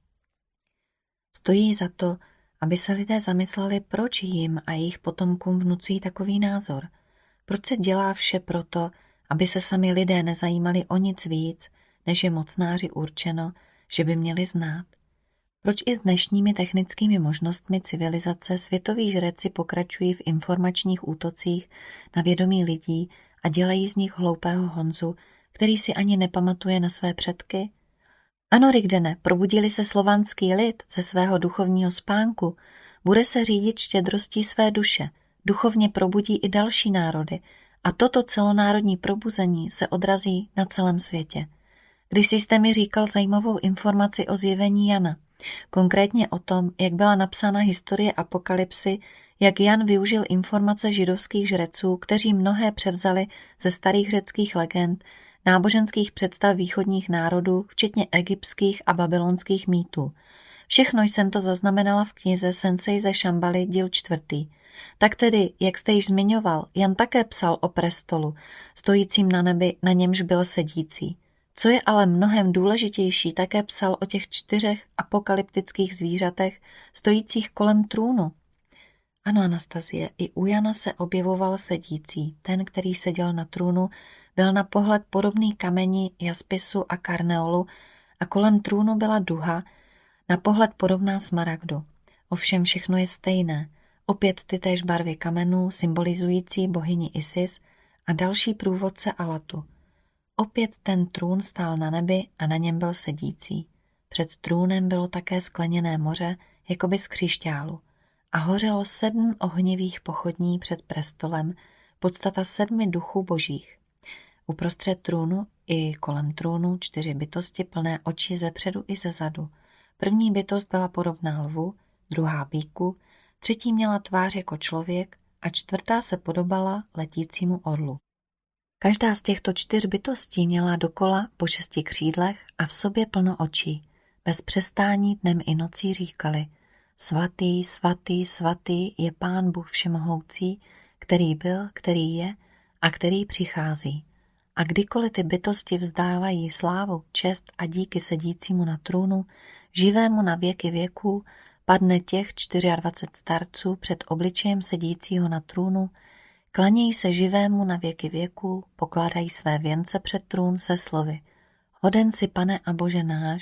Stojí za to, aby se lidé zamysleli, proč jim a jejich potomkům vnucují takový názor. Proč se dělá vše proto, aby se sami lidé nezajímali o nic víc, než je mocnáři určeno, že by měli znát. Proč i s dnešními technickými možnostmi civilizace světoví žreci pokračují v informačních útocích na vědomí lidí a dělají z nich hloupého Honzu, který si ani nepamatuje na své předky? Ano, Rigdene, probudili se slovanský lid ze svého duchovního spánku, bude se řídit štědrostí své duše, duchovně probudí i další národy a toto celonárodní probuzení se odrazí na celém světě. Když jste mi říkal zajímavou informaci o zjevení Jana, konkrétně o tom, jak byla napsána historie apokalypsy, jak Jan využil informace židovských žreců, kteří mnohé převzali ze starých řeckých legend, náboženských představ východních národů, včetně egyptských a babylonských mýtů. Všechno jsem to zaznamenala v knize Senseize Šambaly, díl čtvrtý. Tak tedy, jak jste již zmiňoval, Jan také psal o prestolu, stojícím na nebi, na němž byl sedící. Co je ale mnohem důležitější, také psal o těch čtyřech apokalyptických zvířatech, stojících kolem trůnu. Ano, Anastazie, i u Jana se objevoval sedící. Ten, který seděl na trůnu, byl na pohled podobný kameni, jaspisu a karneolu a kolem trůnu byla duha, na pohled podobná smaragdu. Ovšem všechno je stejné. Opět ty též barvy kamenů, symbolizující bohyni Isis a další průvodce Alatu. Opět ten trůn stál na nebi a na něm byl sedící. Před trůnem bylo také skleněné moře, jakoby z křišťálu. A hořelo sedm ohnivých pochodní před prestolem, podstata sedmi duchů božích. Uprostřed trůnu i kolem trůnu čtyři bytosti plné očí zepředu i zezadu. První bytost byla podobná lvu, druhá býku, třetí měla tvář jako člověk a čtvrtá se podobala letícímu orlu. Každá z těchto čtyř bytostí měla dokola po šesti křídlech a v sobě plno očí. Bez přestání dnem i nocí říkali: Svatý, svatý, svatý je Pán Bůh všemohoucí, který byl, který je a který přichází. A kdykoliv ty bytosti vzdávají slávu, čest a díky sedícímu na trůnu, živému na věky věků, padne těch dvacet čtyři starců před obličejem sedícího na trůnu, klanějí se živému na věky věků, pokládají své věnce před trůn se slovy: Hoden si, Pane a Bože náš,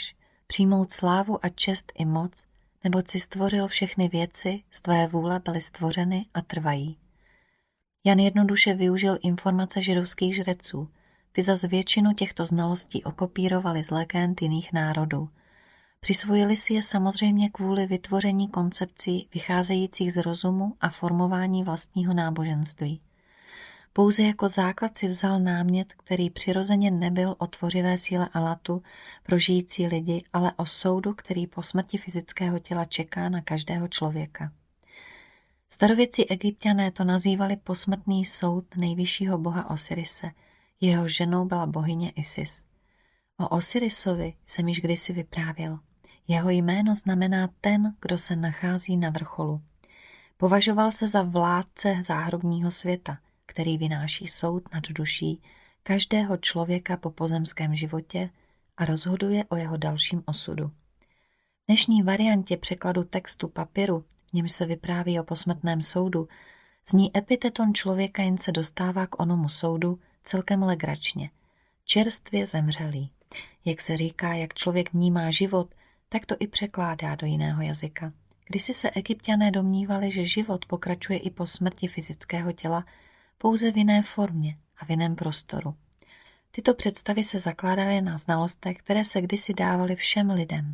přijmout slávu a čest i moc, neboť si stvořil všechny věci, z tvé vůle byly stvořeny a trvají. Jan jednoduše využil informace židovských žreců, ty zas většinu těchto znalostí okopírovali z legend jiných národů. Přisvojili si je samozřejmě kvůli vytvoření koncepcí vycházejících z rozumu a formování vlastního náboženství. Pouze jako základ si vzal námět, který přirozeně nebyl o tvořivé síle Allatu pro žijící lidi, ale o soudu, který po smrti fyzického těla čeká na každého člověka. Starověcí Egypťané to nazývali posmrtný soud nejvyššího boha Osirise. Jeho ženou byla bohyně Isis. O Osirisovi jsem již kdysi vyprávěl. Jeho jméno znamená ten, kdo se nachází na vrcholu. Považoval se za vládce záhrobního světa, který vynáší soud nad duší každého člověka po pozemském životě a rozhoduje o jeho dalším osudu. V dnešní variantě překladu textu papíru, v němž se vypráví o posmrtném soudu, zní epiteton člověka jen se dostává k onomu soudu celkem legračně. Čerstvě zemřelý. Jak se říká, jak člověk vnímá život, tak to i překládá do jiného jazyka. Kdysi se Egypťané domnívali, že život pokračuje i po smrti fyzického těla, pouze v jiné formě a v jiném prostoru. Tyto představy se zakládaly na znalostech, které se kdysi dávaly všem lidem.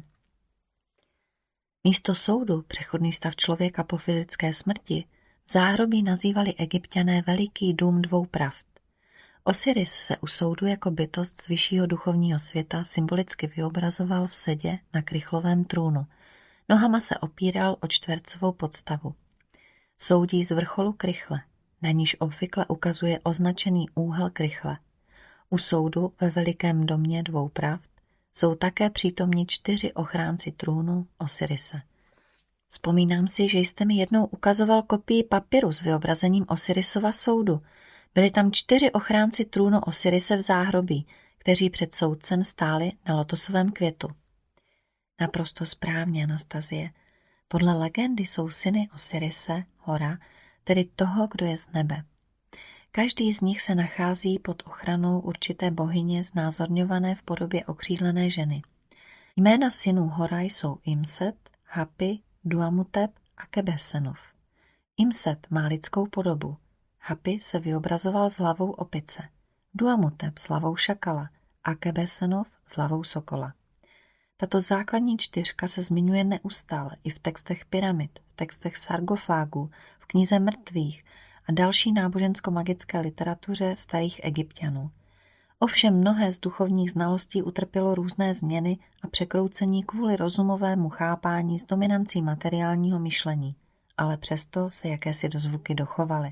Místo soudu, přechodný stav člověka po fyzické smrti, v záhrobí nazývali Egypťané veliký dům dvou pravd. Osiris se u soudu jako bytost z vyššího duchovního světa symbolicky vyobrazoval v sedě na krychlovém trůnu. Nohama se opíral o čtvercovou podstavu. Soudí z vrcholu krychle, na níž obvykle ukazuje označený úhel krychle. U soudu ve velikém domě dvou pravd jsou také přítomni čtyři ochránci trůnu Osirise. Vzpomínám si, že jste mi jednou ukazoval kopii papíru s vyobrazením Osirisova soudu. Byli tam čtyři ochránci trůnu Osirise v záhrobí, kteří před soudcem stáli na lotosovém květu. Naprosto správně, Anastazie. Podle legendy jsou syny Osirise, Hora, tedy toho, kdo je z nebe. Každý z nich se nachází pod ochranou určité bohyně znázorňované v podobě okřídlené ženy. Jména synů Hora jsou Imset, Hapi, Duamutep a Kebesenov. Imset má lidskou podobu. Hapi se vyobrazoval s hlavou opice, Duamutep s hlavou šakala a Kebesenov s hlavou sokola. Tato základní čtyřka se zmiňuje neustále i v textech pyramid, v textech sargofágů, v knize mrtvých a další nábožensko-magické literatuře starých Egypťanů. Ovšem mnohé z duchovních znalostí utrpělo různé změny a překroucení kvůli rozumovému chápání s dominancí materiálního myšlení, ale přesto se jakési dozvuky dochovaly.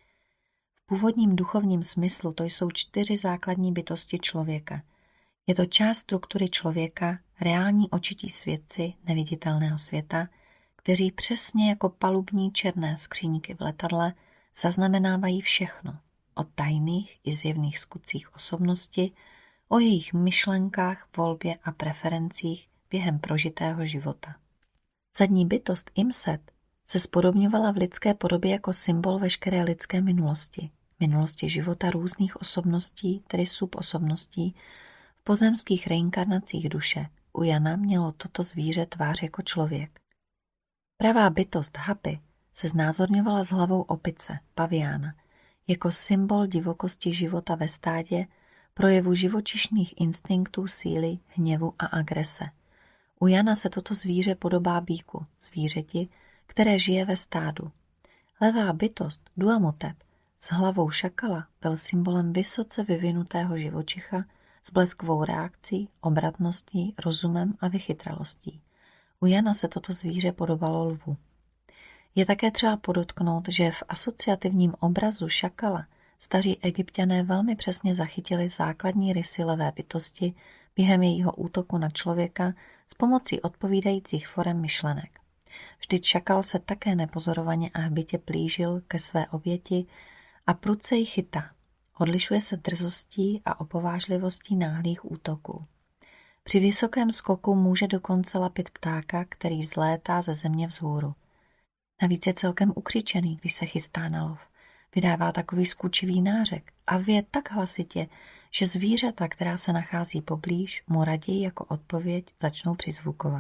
V původním duchovním smyslu to jsou čtyři základní bytosti člověka. Je to část struktury člověka, reální očití svědci neviditelného světa, kteří přesně jako palubní černé skříňky v letadle zaznamenávají všechno o tajných i zjevných skutcích osobnosti, o jejich myšlenkách, volbě a preferencích během prožitého života. Zadní bytost Imset se spodobňovala v lidské podobě jako symbol veškeré lidské minulosti, minulosti života různých osobností, tedy subosobností, v pozemských reinkarnacích duše. U Jana mělo toto zvíře tvář jako člověk. Pravá bytost Hapi se znázorňovala s hlavou opice, paviána, jako symbol divokosti života ve stádě, projevu živočišných instinktů, síly, hněvu a agrese. U Jana se toto zvíře podobá býku, zvířeti, které žije ve stádu. Levá bytost, Duamutep, s hlavou šakala byl symbolem vysoce vyvinutého živočicha s bleskovou reakcí, obratností, rozumem a vychytralostí. U Jana se toto zvíře podobalo lvu. Je také třeba podotknout, že v asociativním obrazu šakala staří Egypťané velmi přesně zachytili základní rysy levé bytosti během jejího útoku na člověka s pomocí odpovídajících forem myšlenek. Vždyť šakal se také nepozorovaně a hbitě plížil ke své oběti a prudce ji chytá. Odlišuje se drzostí a opovážlivostí náhlých útoků. Při vysokém skoku může dokonce lapit ptáka, který vzlétá ze země vzhůru. Navíc je celkem ukřičený, když se chystá na lov. Vydává takový skučivý nářek a vě tak hlasitě, že zvířata, která se nachází poblíž, mu raději jako odpověď začnou přizvukovat.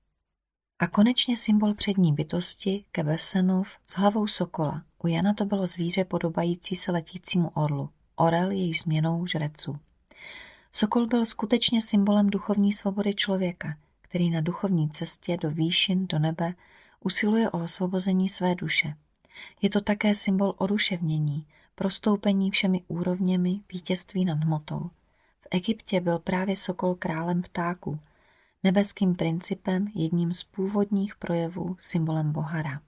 A konečně symbol přední bytosti, Kebesenův, s hlavou sokola. U Jana to bylo zvíře podobající se letícímu orlu. Orel je již změnou žreců. Sokol byl skutečně symbolem duchovní svobody člověka, který na duchovní cestě do výšin, do nebe, usiluje o osvobození své duše. Je to také symbol oduševnění, prostoupení všemi úrovněmi, vítězství nad hmotou. V Egyptě byl právě sokol králem ptáků, nebeským principem, jedním z původních projevů, symbolem Boha.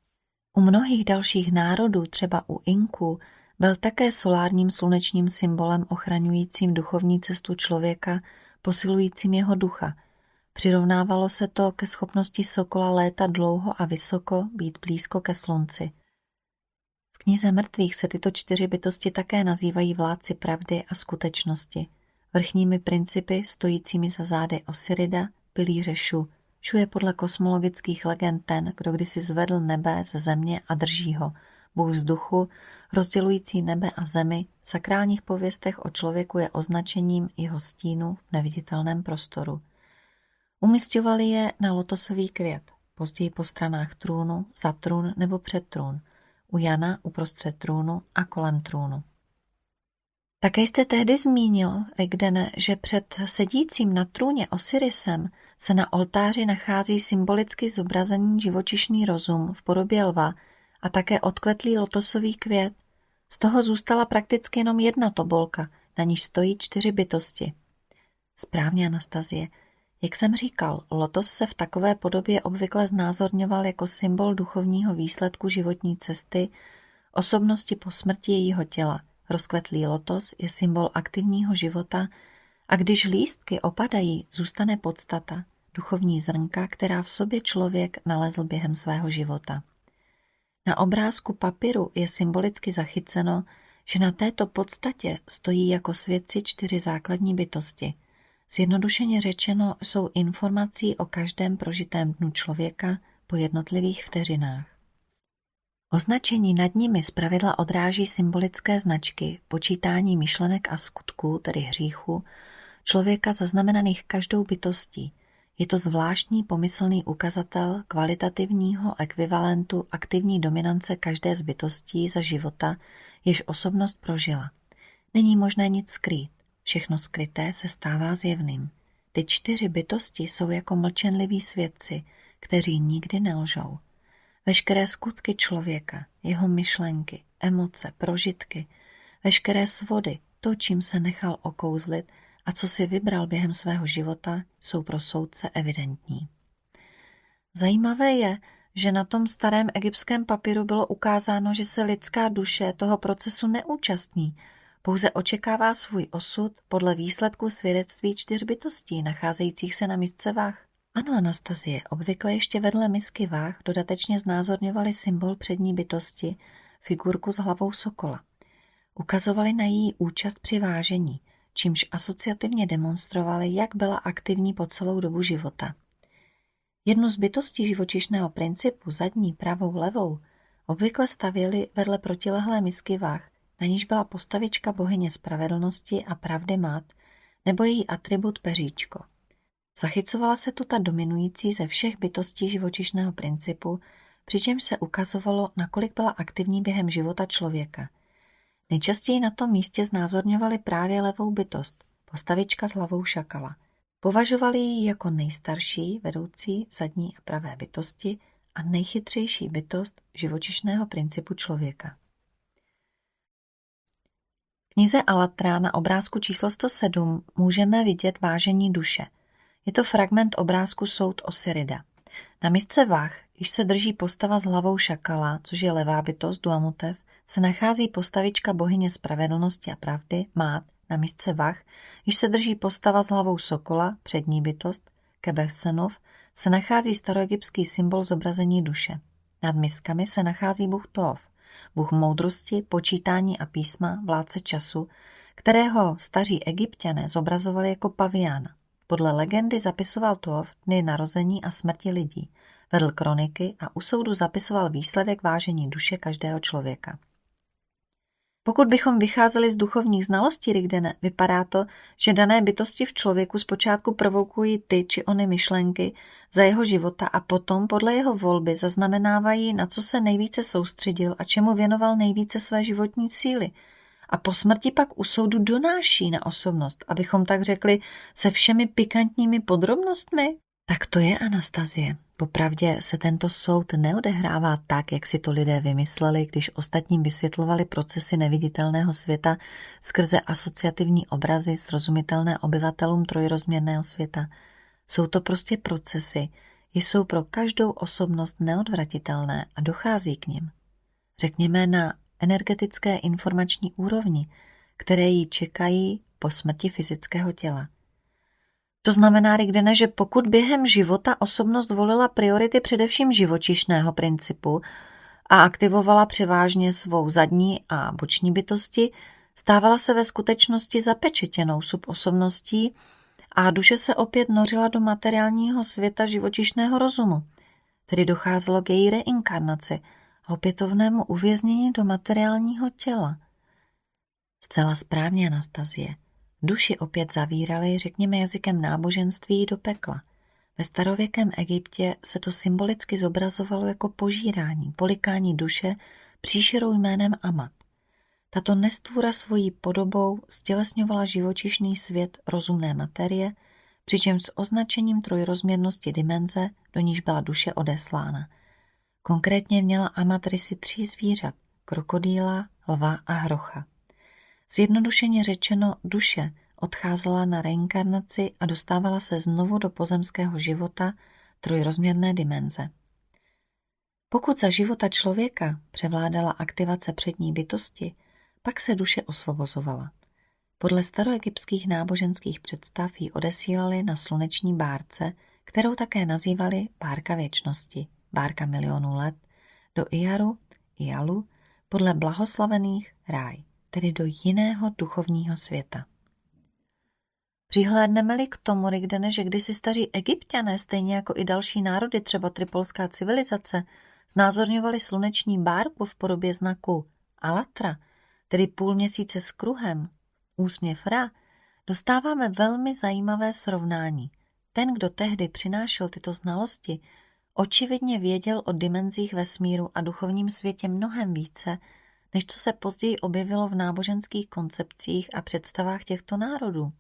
U mnohých dalších národů, třeba u Inků, byl také solárním slunečním symbolem ochraňujícím duchovní cestu člověka, posilujícím jeho ducha. Přirovnávalo se to ke schopnosti sokola létat dlouho a vysoko, být blízko ke slunci. V knize mrtvých se tyto čtyři bytosti také nazývají vládci pravdy a skutečnosti. Vrchními principy, stojícími za zády Osirida, pilíře Šu. Šu je podle kosmologických legend ten, kdo kdysi zvedl nebe ze země a drží ho. Bůh vzduchu, rozdělující nebe a zemi, v sakrálních pověstech o člověku je označením jeho stínu v neviditelném prostoru. Umisťovali je na lotosový květ, později po stranách trůnu, za trůn nebo před trůn, u Jana uprostřed trůnu a kolem trůnu. Také jste tehdy zmínil, Rigdene, že před sedícím na trůně Osirisem se na oltáři nachází symbolicky zobrazený živočišný rozum v podobě lva a také odkvetlý lotosový květ. Z toho zůstala prakticky jenom jedna tobolka, na níž stojí čtyři bytosti. Správně, Anastazie. Jak jsem říkal, lotos se v takové podobě obvykle znázorňoval jako symbol duchovního výsledku životní cesty, osobnosti po smrti jejího těla. Rozkvetlý lotos je symbol aktivního života a když lístky opadají, zůstane podstata, duchovní zrnka, která v sobě člověk nalezl během svého života. Na obrázku papíru je symbolicky zachyceno, že na této podstatě stojí jako svědci čtyři základní bytosti. Zjednodušeně řečeno jsou informací o každém prožitém dnu člověka po jednotlivých vteřinách. Označení nad nimi zpravidla odráží symbolické značky, počítání myšlenek a skutků, tedy hříchu, člověka zaznamenaných každou bytostí. Je to zvláštní pomyslný ukazatel kvalitativního ekvivalentu aktivní dominance každé z bytostí za života, jež osobnost prožila. Není možné nic skrýt, všechno skryté se stává zjevným. Ty čtyři bytosti jsou jako mlčenliví svědci, kteří nikdy nelžou. Veškeré skutky člověka, jeho myšlenky, emoce, prožitky, veškeré svody, to, čím se nechal okouzlit a co si vybral během svého života, jsou pro soudce evidentní. Zajímavé je, že na tom starém egyptském papíru bylo ukázáno, že se lidská duše toho procesu neúčastní, pouze očekává svůj osud podle výsledků svědectví čtyř bytostí nacházejících se na misce váh. Ano, Anastazie, obvykle ještě vedle misky váh dodatečně znázorňovali symbol přední bytosti, figurku s hlavou sokola. Ukazovali na její účast při vážení, čímž asociativně demonstrovali, jak byla aktivní po celou dobu života. Jednu z bytostí živočišného principu, zadní, pravou, levou, obvykle stavěli vedle protilehlé misky váh, na níž byla postavička bohyně spravedlnosti a pravdy Mát, nebo její atribut peříčko. Zachycovala se tu ta dominující ze všech bytostí živočišného principu, přičemž se ukazovalo, nakolik byla aktivní během života člověka. Nejčastěji na tom místě znázorňovali právě levou bytost, postavička s hlavou šakala. Považovali ji jako nejstarší, vedoucí zadní a pravé bytosti a nejchytřejší bytost živočišného principu člověka. V knize Alatra na obrázku číslo sto sedm můžeme vidět vážení duše. Je to fragment obrázku Soud Osirida. Na misce váh, již se drží postava s hlavou šakala, což je levá bytost Duamotev, se nachází postavička bohyně spravedlnosti a pravdy, Mát. Na misce váh, již se drží postava s hlavou sokola, přední bytost, Kebefsenov, se nachází staroegyptský symbol zobrazení duše. Nad miskami se nachází bůh Tov, bůh moudrosti, počítání a písma, vládce času, kterého staří Egypťané zobrazovali jako paviána. Podle legendy zapisoval Tov dny narození a smrti lidí, vedl kroniky a u soudu zapisoval výsledek vážení duše každého člověka. Pokud bychom vycházeli z duchovních znalostí Rigdene, vypadá to, že dané bytosti v člověku zpočátku provokují ty či ony myšlenky za jeho života a potom podle jeho volby zaznamenávají, na co se nejvíce soustředil a čemu věnoval nejvíce své životní síly. A po smrti pak u soudu donáší na osobnost, abychom tak řekli, se všemi pikantními podrobnostmi? Tak to je Anastazie. Popravdě se tento soud neodehrává tak, jak si to lidé vymysleli, když ostatním vysvětlovali procesy neviditelného světa skrze asociativní obrazy srozumitelné obyvatelům trojrozměrného světa. Jsou to prostě procesy, jsou pro každou osobnost neodvratitelné a dochází k nim. Řekněme na energetické informační úrovni, které ji čekají po smrti fyzického těla. To znamená, Rigdene, že pokud během života osobnost volila priority především živočišného principu a aktivovala převážně svou zadní a boční bytosti, stávala se ve skutečnosti zapečetěnou subosobností a duše se opět nořila do materiálního světa živočišného rozumu, tedy docházelo k její reinkarnaci a opětovnému uvěznění do materiálního těla. Zcela správně, Anastazie. Duši opět zavírali, řekněme jazykem náboženství, do pekla. Ve starověkém Egyptě se to symbolicky zobrazovalo jako požírání, polikání duše příšerou jménem Amat. Tato nestvůra svojí podobou stělesňovala živočišný svět rozumné materie, přičemž s označením trojrozměrnosti dimenze, do níž byla duše odeslána. Konkrétně měla Amat rysy tří zvířat, krokodýla, lva a hrocha. Zjednodušeně řečeno, duše odcházela na reinkarnaci a dostávala se znovu do pozemského života trojrozměrné dimenze. Pokud za života člověka převládala aktivace přední bytosti, pak se duše osvobozovala. Podle staroegyptských náboženských představ ji odesílali na sluneční bárce, kterou také nazývali bárka věčnosti, bárka milionů let, do Iaru, Ialu, podle blahoslavených ráj, tedy do jiného duchovního světa. Přihlédneme-li k tomu, Rigdene, že kdysi staří Egypťané, stejně jako i další národy, třeba tripolská civilizace, znázorňovali sluneční bárku v podobě znaku Alatra, tedy půl měsíce s kruhem, úsměv Ra, dostáváme velmi zajímavé srovnání. Ten, kdo tehdy přinášel tyto znalosti, očividně věděl o dimenzích vesmíru a duchovním světě mnohem více, než co se později objevilo v náboženských koncepcích a představách těchto národů.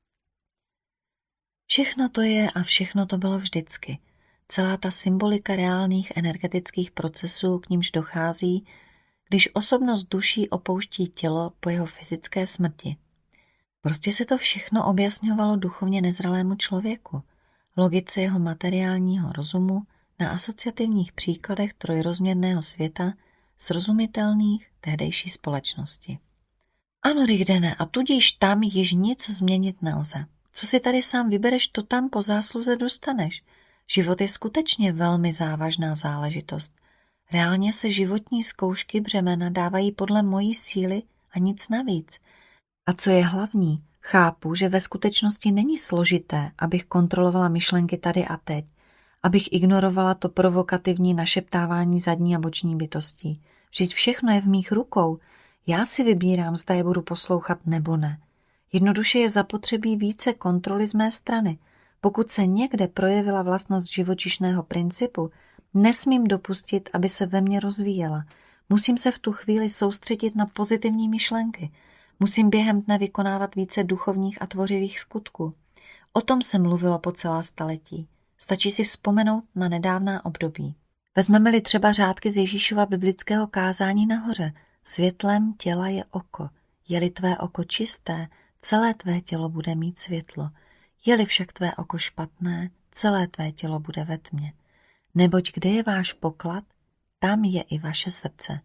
Všechno to je a všechno to bylo vždycky. Celá ta symbolika reálných energetických procesů, k nímž dochází, když osobnost duší opouští tělo po jeho fyzické smrti. Prostě se to všechno objasňovalo duchovně nezralému člověku, logice jeho materiálního rozumu na asociativních příkladech trojrozměrného světa srozumitelných tehdejší společnosti. Ano, Rigdene, a tudíž tam již nic změnit nelze. Co si tady sám vybereš, to tam po zásluze dostaneš. Život je skutečně velmi závažná záležitost. Reálně se životní zkoušky břemena dávají podle mojí síly a nic navíc. A co je hlavní, chápu, že ve skutečnosti není složité, abych kontrolovala myšlenky tady a teď, abych ignorovala to provokativní našeptávání zadní a boční bytostí. Vždyť všechno je v mých rukou. Já si vybírám, zda je budu poslouchat nebo ne. Jednoduše je zapotřebí více kontroly z mé strany. Pokud se někde projevila vlastnost živočišného principu, nesmím dopustit, aby se ve mně rozvíjela. Musím se v tu chvíli soustředit na pozitivní myšlenky. Musím během dne vykonávat více duchovních a tvořivých skutků. O tom se mluvilo po celá staletí. Stačí si vzpomenout na nedávná období. Vezmeme-li třeba řádky z Ježíšova biblického kázání nahoře. Světlem těla je oko. Je-li tvé oko čisté, celé tvé tělo bude mít světlo. Je-li však tvé oko špatné, celé tvé tělo bude ve tmě. Neboť kde je váš poklad, tam je i vaše srdce.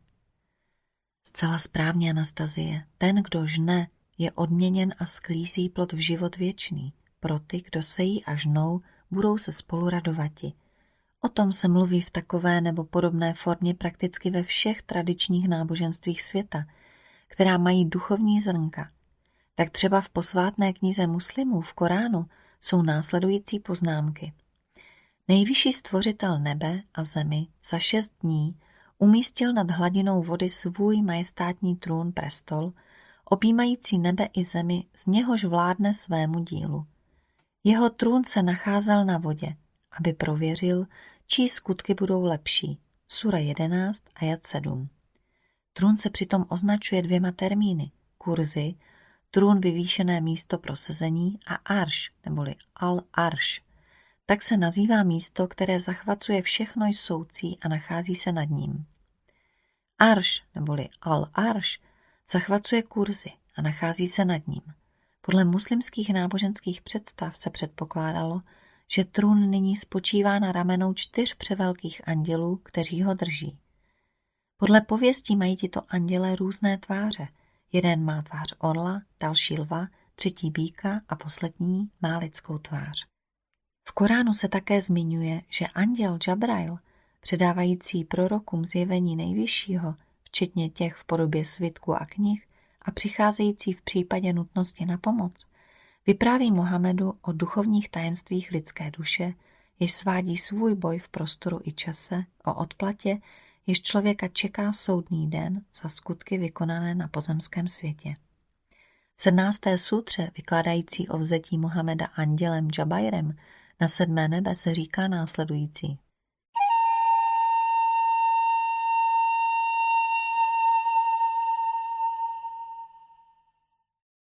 Zcela správně, Anastazie. Ten, kdo žne, je odměněn a sklízí plod v život věčný. Pro ty, kdo sejí a žnou, budou se spolu radovati. O tom se mluví v takové nebo podobné formě prakticky ve všech tradičních náboženstvích světa, která mají duchovní zrnka. Tak třeba v posvátné knize muslimů v Koránu jsou následující poznámky. Nejvyšší stvořitel nebe a zemi za šest dní umístil nad hladinou vody svůj majestátní trůn prestol, objímající nebe i zemi, z něhož vládne svému dílu. Jeho trůn se nacházel na vodě, aby prověřil, čí skutky budou lepší. Sura jedenáct, ajat sedm. Trůn se přitom označuje dvěma termíny. Kurzy, trůn vyvýšené místo pro sezení, a arš, neboli al-arš. Tak se nazývá místo, které zachvacuje všechno jsoucí a nachází se nad ním. Arš, neboli al-arš, zachvacuje kurzy a nachází se nad ním. Podle muslimských náboženských představ se předpokládalo, že trůn nyní spočívá na ramenou čtyř převelkých andělů, kteří ho drží. Podle pověstí mají tito andělé různé tváře. Jeden má tvář orla, další lva, třetí býka a poslední má lidskou tvář. V Koránu se také zmiňuje, že anděl Džabrail, předávající prorokům zjevení nejvyššího, včetně těch v podobě svitku a knih, a přicházející v případě nutnosti na pomoc, vypráví Mohamedu o duchovních tajemstvích lidské duše, jež svádí svůj boj v prostoru i čase, o odplatě, jež člověka čeká v soudný den za skutky vykonané na pozemském světě. V sedmnácté sutře, vykládající o vzetí Mohameda andělem Džabairem na sedmé nebe, se říká následující.